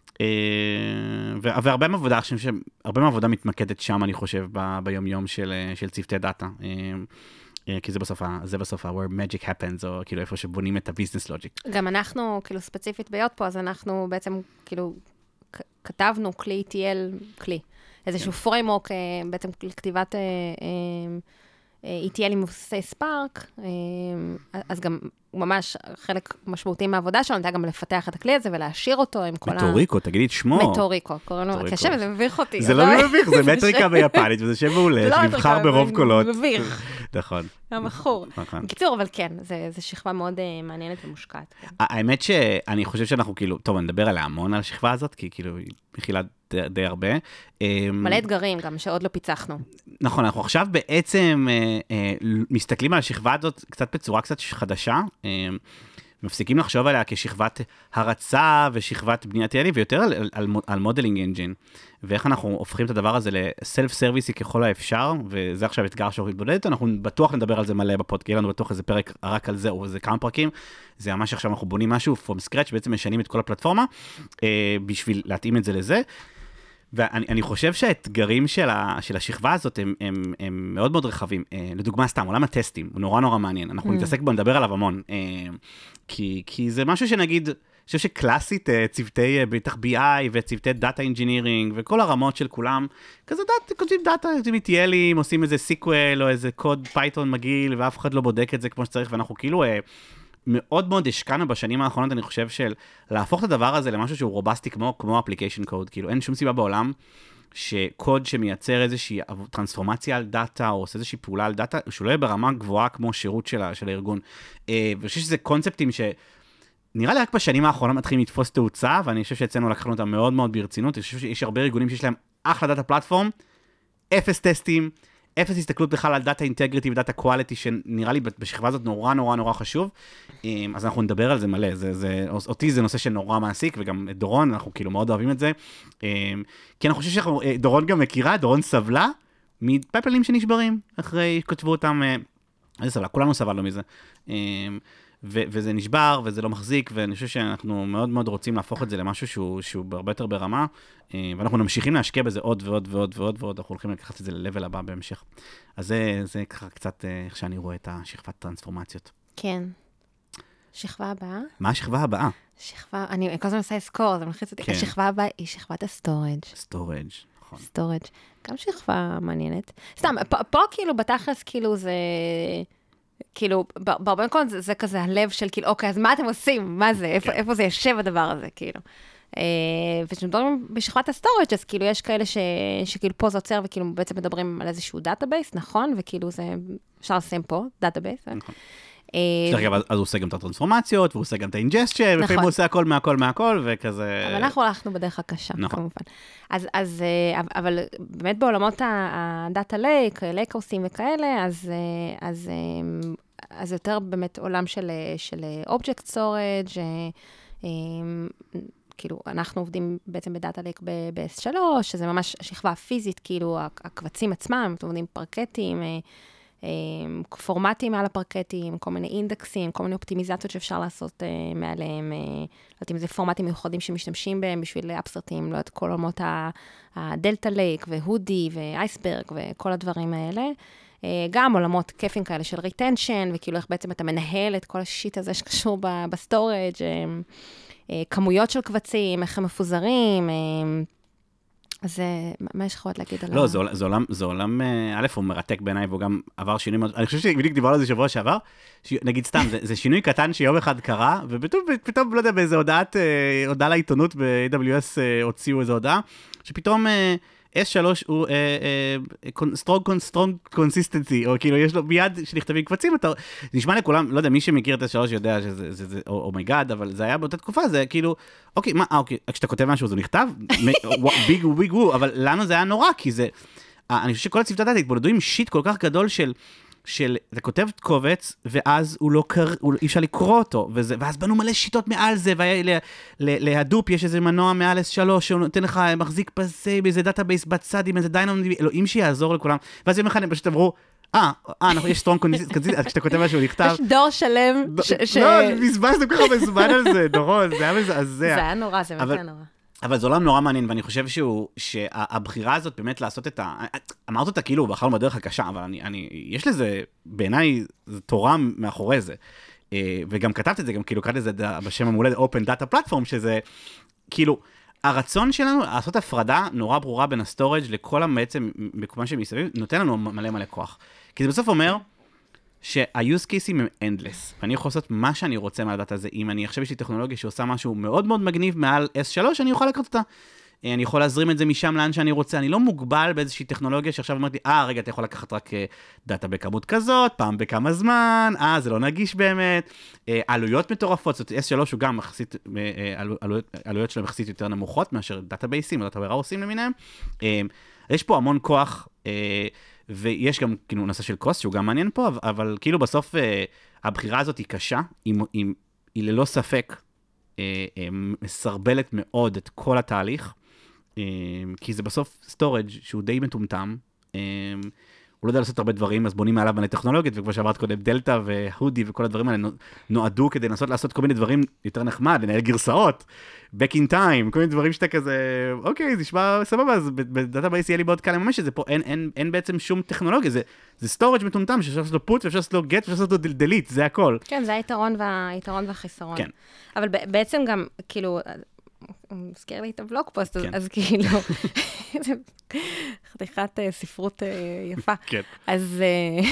והרבה מעבודה, הרבה מעבודה מתמקדת שם, אני חושב, ביום-יום של צוותי דאטה. כי זה בסוף, זה בסוף, where magic happens, או כאילו איפה שבונים את ה-business logic. גם אנחנו, כאילו ספציפית ביות פה, אז אנחנו בעצם, כאילו, כתבנו כלי אי טי אל, כלי, איזשהו framework, בעצם לכתיבת אי טי אל עם מבוססי ספארק, אז גם ממש חלק משמעותי מהעבודה שלנו, נדע גם לפתח את הכלי הזה ולהשאיר אותו עם כל ה... מטוריקו, תגידי את שמו. מטוריקו, קוראים לו, כי השם זה מביך אותי. זה לא מביך, זה מטריקה ביפנית, וזה שם מעולה, שנבחר ברוב קולות. זה מביך. נכון. המחור. בקיצור, אבל כן, זו שכבה מאוד מעניינת ומושקעת. האמת שאני חושב שאנחנו כאילו, טוב, אני מדבר על ההמון על השכבה הזאת, כי כאילו היא מכילה די הרבה. מלא אתגרים גם, שעוד לא פיצחנו. נכון, אנחנו עכשיו בעצם מסתכלים על השכבה הזאת קצת בצורה קצת חדשה, מפסיקים לחשוב עליה כשכבת הרצה ושכבת בניית יעדים, ויותר על, על, על מודלינג אנג'ין, ואיך אנחנו הופכים את הדבר הזה לסלף סרוויסי ככל האפשר, וזה עכשיו אתגר שאנחנו מתמודד איתו, אנחנו בטוח נדבר על זה מלא בפודקאסט, יהיה לנו בטוח איזה פרק רק על זה, או איזה כמה פרקים, זה ממש עכשיו אנחנו בונים משהו from scratch, בעצם משנים את כל הפלטפורמה, אה, בשביל להתאים את זה לזה, ואני אני חושב שהאתגרים של, ה, של השכבה הזאת הם, הם, הם מאוד מאוד רחבים. אה, לדוגמה, סתם, עולם הטסטים, הוא נורא נורא מעניין. אנחנו mm. נתעסק בו, נדבר עליו המון. אה, כי, כי זה משהו שנגיד, אני חושב שקלאסית, אה, צוותי, אה, בטח בי איי וצוותי דאטה אינג'ינירינג, וכל הרמות של כולם, כזה דאטה, כותבים דאטה, כותבים איטיאלים, עושים איזה סיקוול, או איזה קוד פייתון מגיל, ואף אחד לא בודק את זה כמו שצריך, ואנחנו כאילו... אה, מאוד מאוד השקענו בשנים האחרונות, אני חושב, של להפוך את הדבר הזה למשהו שהוא רובסטי כמו, כמו אפליקיישן קוד. כאילו, אין שום סיבה בעולם שקוד שמייצר איזושהי טרנספורמציה על דאטה, או עושה איזושהי פעולה על דאטה, שהוא לא יהיה ברמה גבוהה כמו שירות של, של הארגון. ואני חושב שזה קונספטים ש... נראה לי רק בשנים האחרונות מתחילים לתפוס תאוצה, ואני חושב שאצלנו לקחנו אותם מאוד מאוד ברצינות. אני חושב שיש הרבה ארגונים שיש להם אחלה דאטה פלטפורם, אפס טסטים, אפס הסתכלות בכלל על דאטה אינטגריטי ודאטה קואליטי, שנראה לי בשכבה הזאת נורא נורא נורא חשוב, אז אנחנו נדבר על זה מלא, זה, זה, אותי זה נושא שנורא מעסיק, וגם דורון, אנחנו כאילו מאוד אוהבים את זה, כי אני חושב שדורון גם מכירה, דורון סבלה, מפייפלים שנשברים, אחרי כתבו אותם, איזה סבלה, כולנו סבלנו מזה, ו- וזה נשבר, וזה לא מחזיק, ואני חושב שאנחנו מאוד מאוד רוצים להפוך את זה למשהו שהוא, שהוא הרבה יותר ברמה, ואנחנו ממשיכים להשקיע בזה עוד ועוד ועוד ועוד ועוד, אנחנו הולכים לקחת את זה ללבל הבא בהמשך. אז זה, זה ככה קצת איך שאני רואה את השכבת טרנספורמציות. כן. שכבה הבאה? מה השכבה הבאה? שכבה, אני כל הזמן עושה אסקור, זה מלחיץ אותי. כן. השכבה הבאה היא שכבת הסטורג'. סטורג', נכון. סטורג', גם שכבה מעניינת. סתם, פה, פה כאילו בתכלס כאילו זה... כאילו, בהרבה מקום זה, זה כזה הלב של כאילו, אוקיי, אז מה אתם עושים? מה זה? איפה, איפה זה יושב הדבר הזה, כאילו? וכשמדברים בשכבת הסטורג' אז כאילו יש כאלה ש, שכאילו פה זה עוצר וכאילו בעצם מדברים על איזשהו דאטאבייס, נכון? וכאילו זה, אפשר לשים פה, דאטאבייס. נכון. אז הוא עושה גם את הטרנספורמציות, והוא עושה גם את האינג'סטשן, ולפעמים הוא עושה הכל מהכל מהכל, וכזה... אבל אנחנו הלכנו בדרך הקשה, כמובן. אז, אבל באמת בעולמות הדאטה לייק, לייק עושים וכאלה, אז יותר באמת עולם של אובייקט סטורג', כאילו, אנחנו עובדים בעצם בדאטה לייק ב-אס שלוש, שזה ממש השכבה הפיזית, כאילו, הקבצים עצמם, אתם עובדים פרקטים, פורמטים מעל הפרקטים, כל מיני אינדקסים, כל מיני אופטימיזציות שאפשר לעשות מעליהם, לא יודעת אם זה פורמטים מיוחדים שמשתמשים בהם בשביל אפסרטים, לא יודעת, כל עולמות הדלטה לייק והודי ואייסברג וכל הדברים האלה. גם עולמות כיפים כאלה של ריטנשן, וכאילו איך בעצם אתה מנהל את כל השיט הזה שקשור בסטורג', כמויות של קבצים, איך הם מפוזרים, אז מה יש לך עוד להגיד עליו? לא, זה, זה עולם, זה עולם, א', הוא מרתק בעיניי, והוא גם עבר שינוי, אני חושב שבדיוק דיברנו על זה שבוע שעבר, נגיד סתם, זה, זה שינוי קטן שיום אחד קרה, ופתאום, פתאום, לא יודע, באיזו הודעת, הודעה לעיתונות ב-איי דאבליו אס הוציאו איזו הודעה, שפתאום אס שלוש הוא strong, strong consistency, או כאילו יש לו מיד שנכתבים קבצים, זה נשמע לכולם, לא יודע, מי שמכיר את אס שלוש יודע שזה, זה, אומייגאד, אבל זה היה באותה תקופה, זה כאילו, אוקיי, מה, אוקיי, כשאתה כותב משהו זה נכתב, ביג וביג וו, אבל לנו זה היה נורא, כי זה, אני חושב שכל הצוות הדעת התבודדו עם שיט כל כך גדול של, של, אתה כותב קובץ, ואז הוא לא קר, אי אפשר לקרוא אותו, וזה, ואז בנו מלא שיטות מעל זה, ולהדופ יש איזה מנוע מעל אס שלוש, שהוא נותן לך, מחזיק בזה, באיזה דאטאבייס בצד, עם איזה דיינום, אלוהים שיעזור לכולם, ואז יום אחד הם פשוט עברו, אה, אה, יש סטרונג קונסיסטנט, אז כשאתה כותב משהו נכתב. יש דור שלם. לא, בזבזנו ככה בזמן על זה, דורון, זה היה מזעזע. זה היה נורא, זה באמת היה נורא. אבל זה עולם נורא מעניין, ואני חושב שהוא, שהבחירה הזאת באמת לעשות את ה... אמרת אותה כאילו, בחרנו בדרך הקשה, אבל אני, אני, יש לזה, בעיניי, זה תורה מאחורי זה. וגם כתבת את זה, גם כאילו קראת לזה בשם המולד, Open Data Platform, שזה, כאילו, הרצון שלנו לעשות הפרדה נורא ברורה בין הסטורג' לכל בעצם מקומן שמסביב, נותן לנו מלא מלא כוח. כי זה בסוף אומר, שה-use cases הם endless, ואני יכול לעשות מה שאני רוצה מהדאטה הזה, אם אני עכשיו יש לי טכנולוגיה שעושה משהו מאוד מאוד מגניב מעל אס שלוש, אני אוכל לקרוא אותה. אני יכול להזרים את זה משם לאן שאני רוצה, אני לא מוגבל באיזושהי טכנולוגיה שעכשיו אומרת לי, אה, רגע, אתה יכול לקחת רק דאטה בכמות כזאת, פעם בכמה זמן, אה, זה לא נגיש באמת, עלויות מטורפות, זאת אומרת, אס שלוש הוא גם מחסית, עלויות שלהם מחסית יותר נמוכות, מאשר דאטאבייסים או דאטה ווירהאוסים למיניהם. יש פה המון כוח, ויש גם כאילו נושא של קוסט שהוא גם מעניין פה, אבל כאילו בסוף הבחירה הזאת היא קשה, היא, היא, היא ללא ספק אה, אה, מסרבלת מאוד את כל התהליך, אה, כי זה בסוף סטורג' שהוא די מטומטם, אה, הוא לא יודע לעשות הרבה דברים, אז בונים מעליו מלא טכנולוגיות, וכמו שאמרת קודם, דלטה והודי וכל הדברים האלה נועדו כדי לנסות לעשות כל מיני דברים יותר נחמד, לנהל גרסאות, back in time, כל מיני דברים שאתה כזה, אוקיי, זה נשמע סבבה, אז בדאטאבייס יהיה לי בעוד קל לממש את זה פה, אין, אין, אין בעצם שום טכנולוגיה, זה, זה storage מטומטם, שאפשר לעשות לו put, ואפשר לעשות לו get, ואפשר לעשות לו delete, זה הכל. כן, זה היתרון והיתרון והחיסרון. כן. אבל בעצם גם, כאילו, מזכיר לי את הבלוג פוסט, כן. אז כאילו, חתיכת ספרות יפה. כן. אז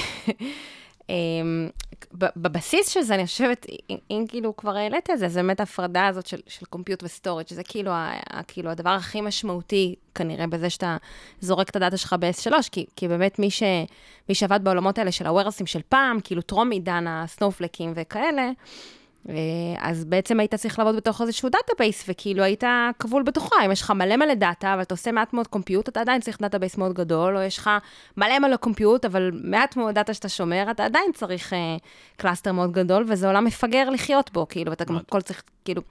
בבסיס של זה, אני חושבת, אם כאילו כבר העלית את זה, זה באמת ההפרדה הזאת של, של קומפיוט וסטורג', שזה כאילו, כאילו הדבר הכי משמעותי, כנראה, בזה שאתה זורק את הדאטה שלך ב-אס שלוש, כי, כי באמת מי, ש, מי שעבד בעולמות האלה של הוורסים של פעם, כאילו טרום עידן הסנופלקים וכאלה, אז בעצם היית צריך לעבוד בתוך איזשהו דאטאבייס, וכאילו היית כבול בתוכה, אם יש לך מלא מלא דאטה, אבל אתה עושה מעט מאוד קומפיוט, אתה עדיין צריך דאטאבייס מאוד גדול, או יש לך מלא מלא קומפיוט, אבל מעט מאוד דאטה שאתה שומר, אתה עדיין צריך אה, קלאסטר מאוד גדול, וזה עולם מפגר לחיות בו, כאילו, ואתה גם הכל צריך, כאילו,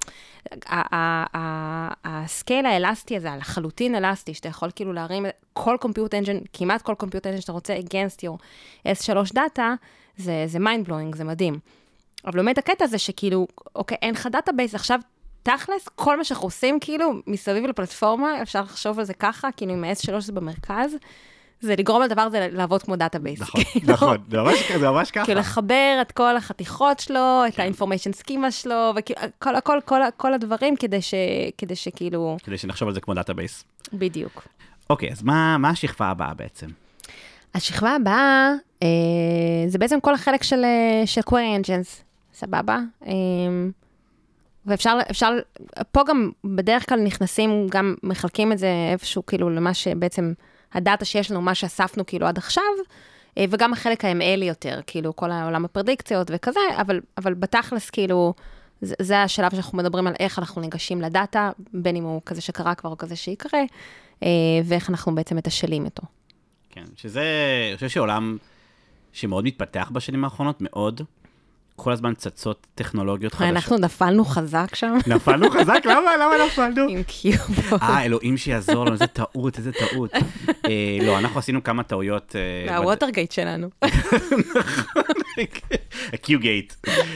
הסקייל האלסטי הזה, לחלוטין אלסטי, שאתה יכול כאילו להרים כל קומפיוט אנג'ן, כמעט כל קומפיוט אנג'ן שאתה רוצה against your אס שלוש דאטה, זה, זה mind blowing, זה מדהים. אבל באמת הקטע זה שכאילו, אוקיי, אין לך דאטאבייס, עכשיו תכלס, כל מה שאנחנו עושים, כאילו, מסביב לפלטפורמה, אפשר לחשוב על זה ככה, כאילו, עם ה-אס שלוש זה במרכז, זה לגרום לדבר הזה לעבוד כמו דאטאבייס. נכון, נכון, זה ממש ככה. כאילו, לחבר את כל החתיכות שלו, את ה-information schema שלו, וכל הדברים, כדי שכאילו... כדי שנחשוב על זה כמו דאטאבייס. בדיוק. אוקיי, אז מה השכבה הבאה בעצם? השכבה הבאה, זה בעצם כל החלק של query engines. סבבה. ואפשר, אפשר, פה גם בדרך כלל נכנסים, גם מחלקים את זה איפשהו, כאילו, למה שבעצם, הדאטה שיש לנו, מה שאספנו, כאילו, עד עכשיו, וגם החלק ה-אם אל יותר, כאילו, כל העולם הפרדיקציות וכזה, אבל, אבל בתכלס, כאילו, זה, זה השלב שאנחנו מדברים על איך אנחנו ניגשים לדאטה, בין אם הוא כזה שקרה כבר או כזה שיקרה, ואיך אנחנו בעצם מתשלים איתו. כן, שזה, אני חושב שעולם שמאוד מתפתח בשנים האחרונות, מאוד, כל הזמן צצות טכנולוגיות חדשות. אנחנו נפלנו חזק שם. נפלנו חזק? למה? למה נפלנו? עם קיובו. אה, אלוהים שיעזור לנו, איזה טעות, איזה טעות. לא, אנחנו עשינו כמה טעויות. מהווטרגייט שלנו. הקיוגייט.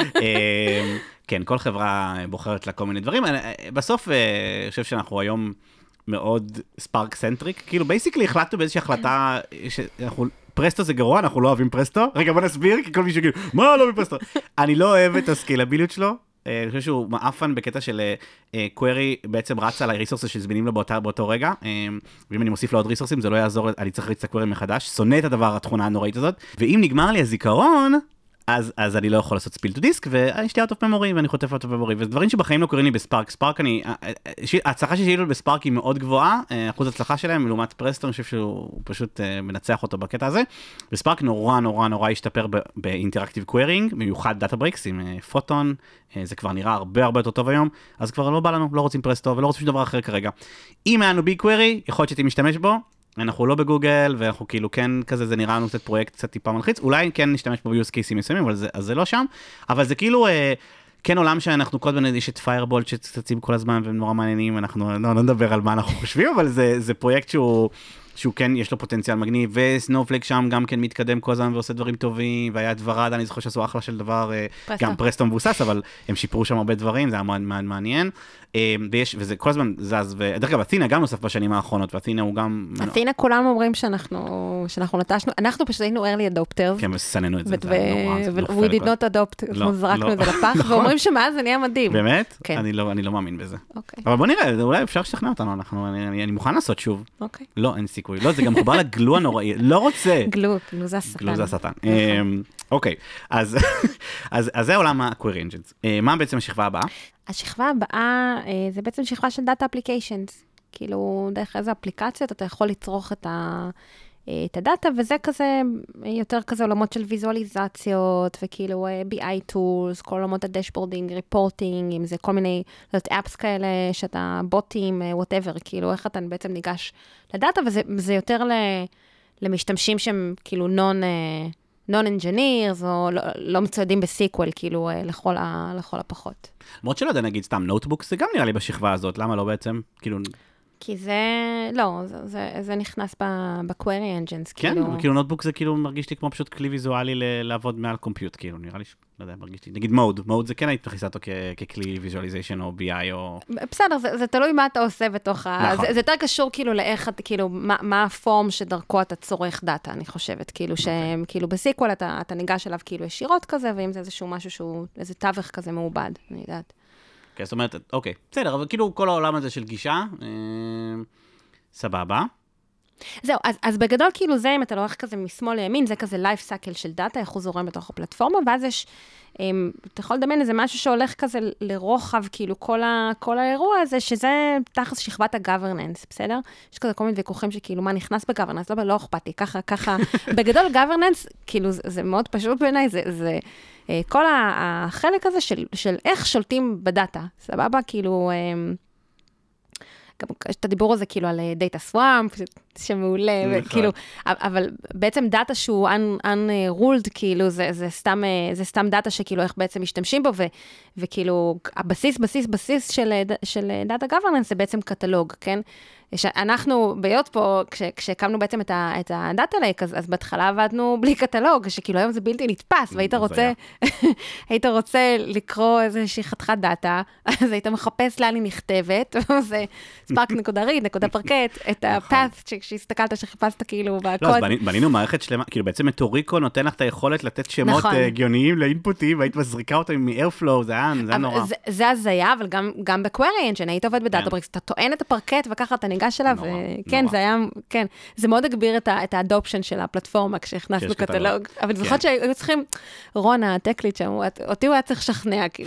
כן, כל חברה בוחרת לה כל מיני דברים. בסוף, אני חושב שאנחנו היום מאוד ספארק סנטריק. כאילו, בייסיקלי החלטנו באיזושהי החלטה שאנחנו... פרסטו זה גרוע, אנחנו לא אוהבים פרסטו. רגע, בוא נסביר, כי כל מישהו יגיד, מה לא אוהבים פרסטו? אני לא אוהב את הסקיילביליות שלו. אני חושב שהוא מאפן בקטע של קווירי, בעצם רץ על הריסורסים שזמינים לו באותו רגע, ואם אני מוסיף לו עוד ריסורסים, זה לא יעזור, אני צריך להריץ את הקווירי מחדש, שונא את הדבר, התכונה הנוראית הזאת, ואם נגמר לי הזיכרון, אז, אז אני לא יכול לעשות ספיל טו דיסק, ויש לי out of memory, ואני חוטף out of memory, וזה דברים שבחיים לא קוראים לי בספארק. ספארק, אני, ההצלחה שיש לי בספארק היא מאוד גבוהה, אחוז ההצלחה שלהם, לעומת פרסטו, אני חושב שהוא פשוט מנצח אותו בקטע הזה, וספארק נורא נורא נורא השתפר באינטראקטיב קווירינג, במיוחד דאטה בריקס עם פוטון, זה כבר נראה הרבה הרבה יותר טוב היום, אז כבר לא בא לנו, לא רוצים פרסטו, ולא רוצים שום דבר אחר כרגע. אם היה לנו ביג קווירי, יכול להיות שהייתי משתמש בו, אנחנו לא בגוגל, ואנחנו כאילו כן כזה, זה נראה לנו קצת פרויקט קצת טיפה מלחיץ, אולי כן נשתמש פה ביוס קייסים מסוימים, אבל זה, אז זה לא שם, אבל זה כאילו, אה, כן עולם שאנחנו כל הזמן, יש את פיירבולט שצצים כל הזמן, והם נורא מעניינים, אנחנו לא, לא נדבר על מה אנחנו חושבים, אבל זה, זה פרויקט שהוא, שהוא כן, יש לו פוטנציאל מגניב, וסנופלייק שם גם כן מתקדם כל הזמן ועושה דברים טובים, והיה דברד, אני זוכר שעשו אחלה של דבר, פרסטו. גם פרסטו מבוסס, אבל הם שיפרו שם הרבה דברים, זה היה מאוד מאוד מעניין, ויש, וזה כל הזמן זז, ודרך אגב, אתינה גם נוסף בשנים האחרונות, ואתינה הוא גם... אתינה כולם אומרים שאנחנו, שאנחנו נטשנו, אנחנו פשוט היינו early adopters. כן, סננו את זה, זה היה נורא. We did not adopt, אנחנו זרקנו את זה לפח, ואומרים שמאז זה נהיה מדהים. באמת? אני לא מאמין בזה. אבל בוא נראה, אולי אפשר לשכנע אותנו, אני מוכן לעשות שוב. לא, אין סיכוי. לא, זה גם חובר לגלו הנוראי, לא רוצה. גלו, גלו זה השטן. גלו זה השטן. אוקיי, אז זה עולם ה-Query Engines. מה בעצם השכבה הבאה? השכבה הבאה זה בעצם שכבה של Data Applications. כאילו, דרך איזה אפליקציות אתה יכול לצרוך את ה... את הדאטה, וזה כזה, יותר כזה עולמות של ויזואליזציות, וכאילו בי איי טולס, כל עולמות הדשבורדינג, ריפורטינג, אם זה כל מיני, לא יודעת, אפס כאלה, שאתה בוטים, whatever, כאילו, איך אתה בעצם ניגש לדאטה, וזה יותר למשתמשים שהם כאילו נון, non-engineers, או לא, לא מצוידים בסיקוול, כאילו, לכל, ה, לכל הפחות. למרות שלא יודע, נגיד, סתם נוטבוק, זה גם נראה לי בשכבה הזאת, למה לא בעצם? כאילו... כי זה, לא, זה, זה, זה נכנס ב-query engines, כן, כאילו... כאילו נוטבוק זה כאילו מרגיש לי כמו פשוט כלי ויזואלי לעבוד מעל קומפיוט, כאילו, נראה לי, לא יודע, מרגיש לי, נגיד מוד, מוד זה כן היית מכניסה אותו ככלי ויזואליזיישן או בי איי או... בסדר, זה, זה תלוי מה אתה עושה בתוך ה... נכון. זה, זה יותר קשור כאילו לאיך, כאילו, מה, מה הפורם שדרכו אתה צורך דאטה, אני חושבת, כאילו, שהם, כאילו, בסיקוול אתה, אתה ניגש אליו כאילו ישירות כזה, ואם זה איזשהו משהו שהוא, איזה תווך כזה מעובד, אני יודעת. כן, זאת אומרת, אוקיי, בסדר, אבל כאילו כל העולם הזה של גישה, אה, סבבה. זהו, אז, אז בגדול כאילו זה, אם אתה לוקח כזה משמאל לימין, זה כזה life cycle של דאטה, איך הוא זורם בתוך הפלטפורמה, ואז יש, הם, אתה יכול לדמיין איזה משהו שהולך כזה לרוחב, כאילו כל, ה, כל האירוע הזה, שזה תחת שכבת ה-governance, בסדר? יש כזה כל מיני ויכוחים שכאילו מה נכנס ב-governance, לא, לא אכפת לי, ככה, ככה, בגדול governance, כאילו זה, זה מאוד פשוט בעיניי, זה, זה כל החלק הזה של, של איך שולטים בדאטה, סבבה? כאילו... יש את הדיבור הזה כאילו על דאטה סוואמפ, שמעולה, וכאילו, אבל בעצם דאטה שהוא unruled, כאילו, זה סתם דאטה שכאילו איך בעצם משתמשים בו, וכאילו, הבסיס, בסיס, בסיס של דאטה גוברננס זה בעצם קטלוג, כן? אנחנו ביות פה, כשהקמנו בעצם את הדאטה לייק, אז בהתחלה עבדנו בלי קטלוג, שכאילו היום זה בלתי נתפס, והיית רוצה, היית רוצה לקרוא איזושהי חתיכת דאטה, אז היית מחפש לאן היא נכתבת, זה ספארק נקודה ריד, נקודה פרקט, את הפאת' שהסתכלת שחיפשת כאילו בקוד. לא, אז בנינו מערכת שלמה, כאילו בעצם מטוריקו נותן לך את היכולת לתת שמות הגיוניים לאינפוטים, והיית מזריקה אותם מ-Airflow, זה היה נורא. זה הזיה, אבל גם ב-Query Engine, היית עובד בדאטאבריקס, אתה טוען את הפרקט וככה אתה ניגש אליו, וכן, זה היה, כן, זה מאוד הגביר את האדופשן של הפלטפורמה כשהכנסנו קטלוג, אבל אני זוכרת שהיו צריכים, רונה, הטקלית שם, אותי הוא היה צריך לשכנע, כאילו.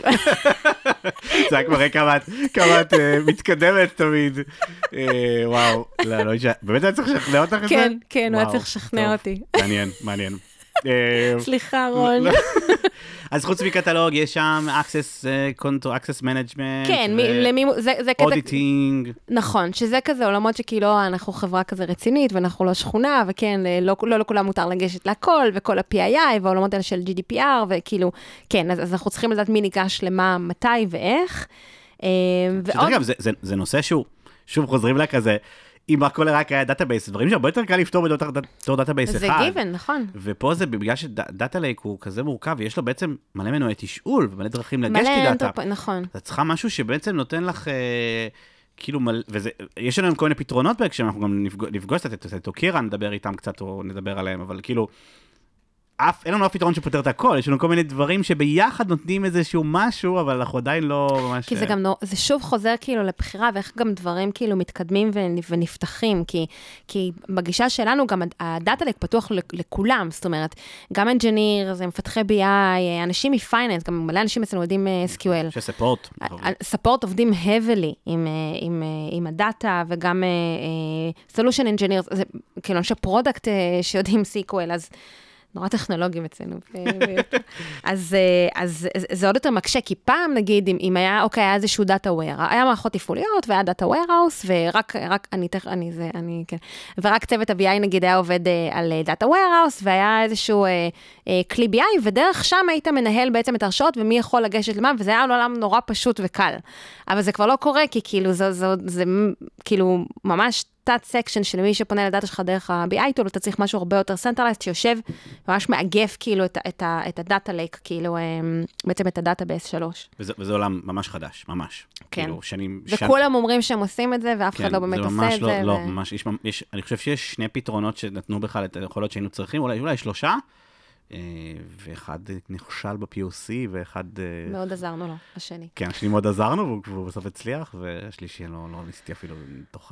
זה היה מראה כמה את מתקדמת תמיד. וואו, לא, לא, באמת היה צריך לשכנע אותך את זה? כן, כן, הוא היה צריך לשכנע אותי. מעניין, מעניין. סליחה, רון. אז חוץ מקטלוג, יש שם access control, access management, כן, זה קטע... auditing. נכון, שזה כזה עולמות שכאילו אנחנו חברה כזה רצינית, ואנחנו לא שכונה, וכן, לא לכולם מותר לגשת להכל, וכל ה-פי איי איי, והעולמות האלה של ג'י די פי אר, וכאילו, כן, אז אנחנו צריכים לדעת מי ניגש למה, מתי ואיך. שדרך אגב, זה נושא שהוא, שוב חוזרים לה כזה, אם הכל רק היה דאטאבייס, דברים שהרבה יותר קל לפתור בתור דאטאבייס אחד. זה גיוון, נכון. ופה זה בגלל שדאטה לייק הוא כזה מורכב, ויש לו בעצם מלא מנועי תשאול, ומלא דרכים לגשת לדאטה. נכון. אתה צריכה משהו שבעצם נותן לך, כאילו, יש לנו כל מיני פתרונות בהקשר, אנחנו גם נפגוש את אוקירה, נדבר איתם קצת, או נדבר עליהם, אבל כאילו, אף, אין לנו אף פתרון שפותר את הכל, יש לנו כל מיני דברים שביחד נותנים איזשהו משהו, אבל אנחנו עדיין לא ממש... כי זה גם, זה שוב חוזר כאילו לבחירה, ואיך גם דברים כאילו מתקדמים ונפתחים, כי, כי בגישה שלנו גם הדאטה לייק פתוח לכולם, זאת אומרת, גם אנג'יניר, זה מפתחי בי איי, אנשים מפייננס, גם מלא אנשים אצלנו יודעים אס קיו אל. שספורט. ספורט עובדים heavily עם, עם, עם הדאטה, וגם solution engineers, זה כאילו אנשי פרודקט שיודעים סי קיו אל, אז... נורא טכנולוגים אצלנו. אז, אז זה עוד יותר מקשה, כי פעם, נגיד, אם, אם היה, אוקיי, היה איזשהו דאטה וויר, היה מערכות תפעוליות, והיה דאטה ווירהאוס, ורק, רק, אני, אני, זה, אני, כן, ורק צוות ה-בי איי, נגיד, היה עובד על דאטה ווירהאוס, והיה איזשהו אה, אה, כלי בי איי, ודרך שם היית מנהל בעצם את הרשאות, ומי יכול לגשת למה, וזה היה עולם נורא פשוט וקל. אבל זה כבר לא קורה, כי כאילו, זה, זה, זה, זה כאילו, ממש תת סקשן של מי שפונה לדאטה שלך דרך ה-בי איי טול, אתה צריך משהו הרבה יותר סנטרלייסט, שיושב ממש מאגף כאילו את, את, את הדאטה לייק, כאילו בעצם את הדאטה ב-אס שלוש. וזה, וזה עולם ממש חדש, ממש. כן. כאילו שנים... וכולם שן... אומרים שהם עושים את זה, ואף כן, אחד לא באמת עושה ממש את לא, זה. לא, ו... ממש, יש, יש, אני חושב שיש שני פתרונות שנתנו בכלל את היכולות שהיינו צריכים, אולי, אולי שלושה, ואחד נכשל ב-פי או סי, ואחד... מאוד עזרנו לו, השני. כן, השני מאוד עזרנו, והוא בסוף הצליח, והשלישי לא, לא ניסיתי אפילו תוכה.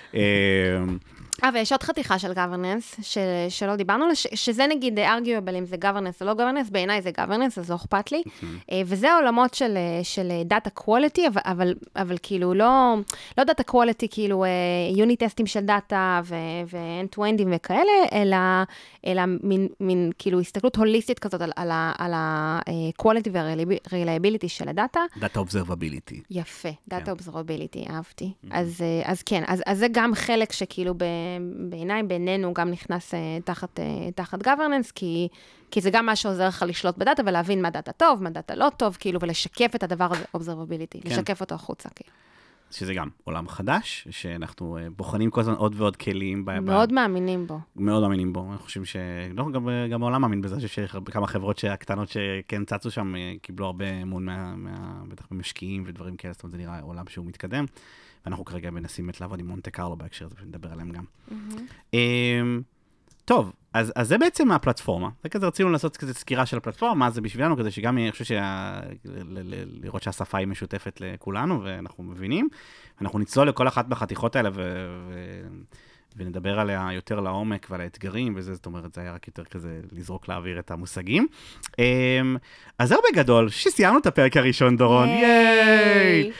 אה, ויש עוד חתיכה של governance, של, שלא דיברנו, שזה נגיד arguable אם זה governance או לא governance, בעיניי זה governance, אז לא אכפת לי, וזה עולמות של, של data quality, אבל, אבל, אבל כאילו לא, לא data quality, כאילו unit טסטים של data ו-end to endים וכאלה, אלא, אלא מין, מין כאילו הסתכלות, הסתכלות הוליסטית כזאת על ה-quality וה-reliability של הדאטה. Data observability. יפה, Data observability, אהבתי. אז כן, אז זה גם חלק שכאילו בעיניי, בינינו, גם נכנס תחת governance, כי זה גם מה שעוזר לך לשלוט בדאטה, ולהבין מה דאטה טוב, מה דאטה לא טוב, כאילו, ולשקף את הדבר הזה, observability, לשקף אותו החוצה, כאילו. שזה גם עולם חדש, שאנחנו בוחנים כל הזמן עוד ועוד כלים. מאוד מאמינים בו. מאוד מאמינים בו. אני חושב ש... לא, גם, גם העולם מאמין בזה, שיש כמה חברות הקטנות שכן צצו שם, קיבלו הרבה אמון מה, מה, בטח במשקיעים ודברים כאלה, זאת אומרת, זה נראה עולם שהוא מתקדם, ואנחנו כרגע מנסים את לעבוד עם מונטה קרלו בהקשר הזה, ונדבר עליהם גם. Mm-hmm. טוב, אז, אז זה בעצם הפלטפורמה. זה כזה רצינו לעשות כזה סקירה של הפלטפורמה, מה זה בשבילנו, כזה שגם אני חושב שה... ל- ל- לראות שהשפה היא משותפת לכולנו, ואנחנו מבינים. אנחנו נצלול לכל אחת בחתיכות האלה, ו... ו... ונדבר עליה יותר לעומק ועל האתגרים, וזה, זאת אומרת, זה היה רק יותר כזה לזרוק לאוויר את המושגים. אז זהו בגדול, שסיימנו את הפרק הראשון, דורון. ייי!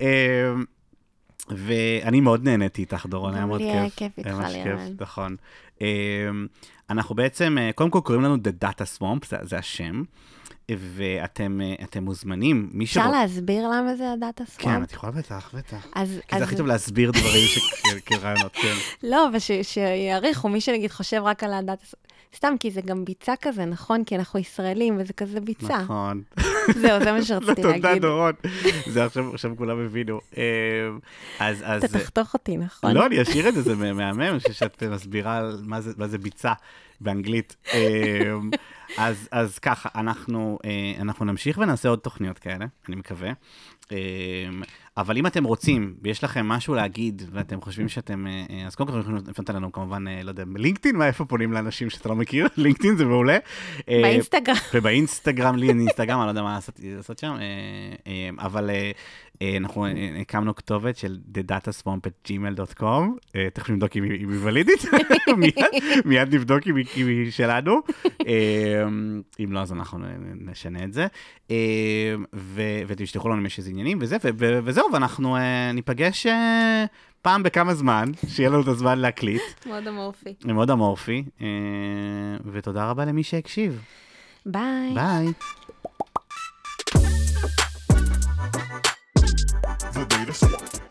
ואני מאוד נהניתי איתך, דורון, היה מאוד כיף. גם לי היה כיף איתך, לירן. נכון. אנחנו בעצם, קודם כל קוראים לנו The Data Swamp, זה, זה השם, ואתם אתם מוזמנים. אפשר להסביר למה זה ה-Data Swamp? כן, את יכולה בטח, בטח. אז, כי זה אז... הכי טוב להסביר דברים כרעיונות, כן. לא, ושיעריכו, מי שנגיד חושב רק על ה-Data Swamp. סתם, כי זה גם ביצה כזה, נכון? כי אנחנו ישראלים, וזה כזה ביצה. נכון. זהו, זה מה שרציתי להגיד. תודה, דורון. זה עכשיו כולם הבינו. אתה תחתוך אותי, נכון? לא, אני אשאיר את זה, זה מהמם, שאת מסבירה מה זה ביצה באנגלית. אז ככה, אנחנו נמשיך ונעשה עוד תוכניות כאלה, אני מקווה. אבל אם אתם רוצים, ויש לכם משהו להגיד, ואתם חושבים שאתם, אז קודם כל יכולים לפנות לנו כמובן, לא יודע, לינקדאין, מה איפה פונים לאנשים שאתה לא מכיר? לינקדאין זה מעולה. באינסטגרם. ובאינסטגרם, לי אין אינסטגרם, אני לא יודע מה לעשות שם, אבל אנחנו הקמנו כתובת של the data swamp at gmail dot com, תכף נבדוק אם היא ולידית, מיד נבדוק אם היא שלנו, אם לא, אז אנחנו נשנה את זה, ותשלחו לנו אם יש איזה עניינים וזה, וזהו, ואנחנו ניפגש פעם בכמה זמן, שיהיה לנו את הזמן להקליט. מאוד אמורפי. מאוד אמורפי, ותודה רבה למי שהקשיב. ביי. ביי. The Data Swamp.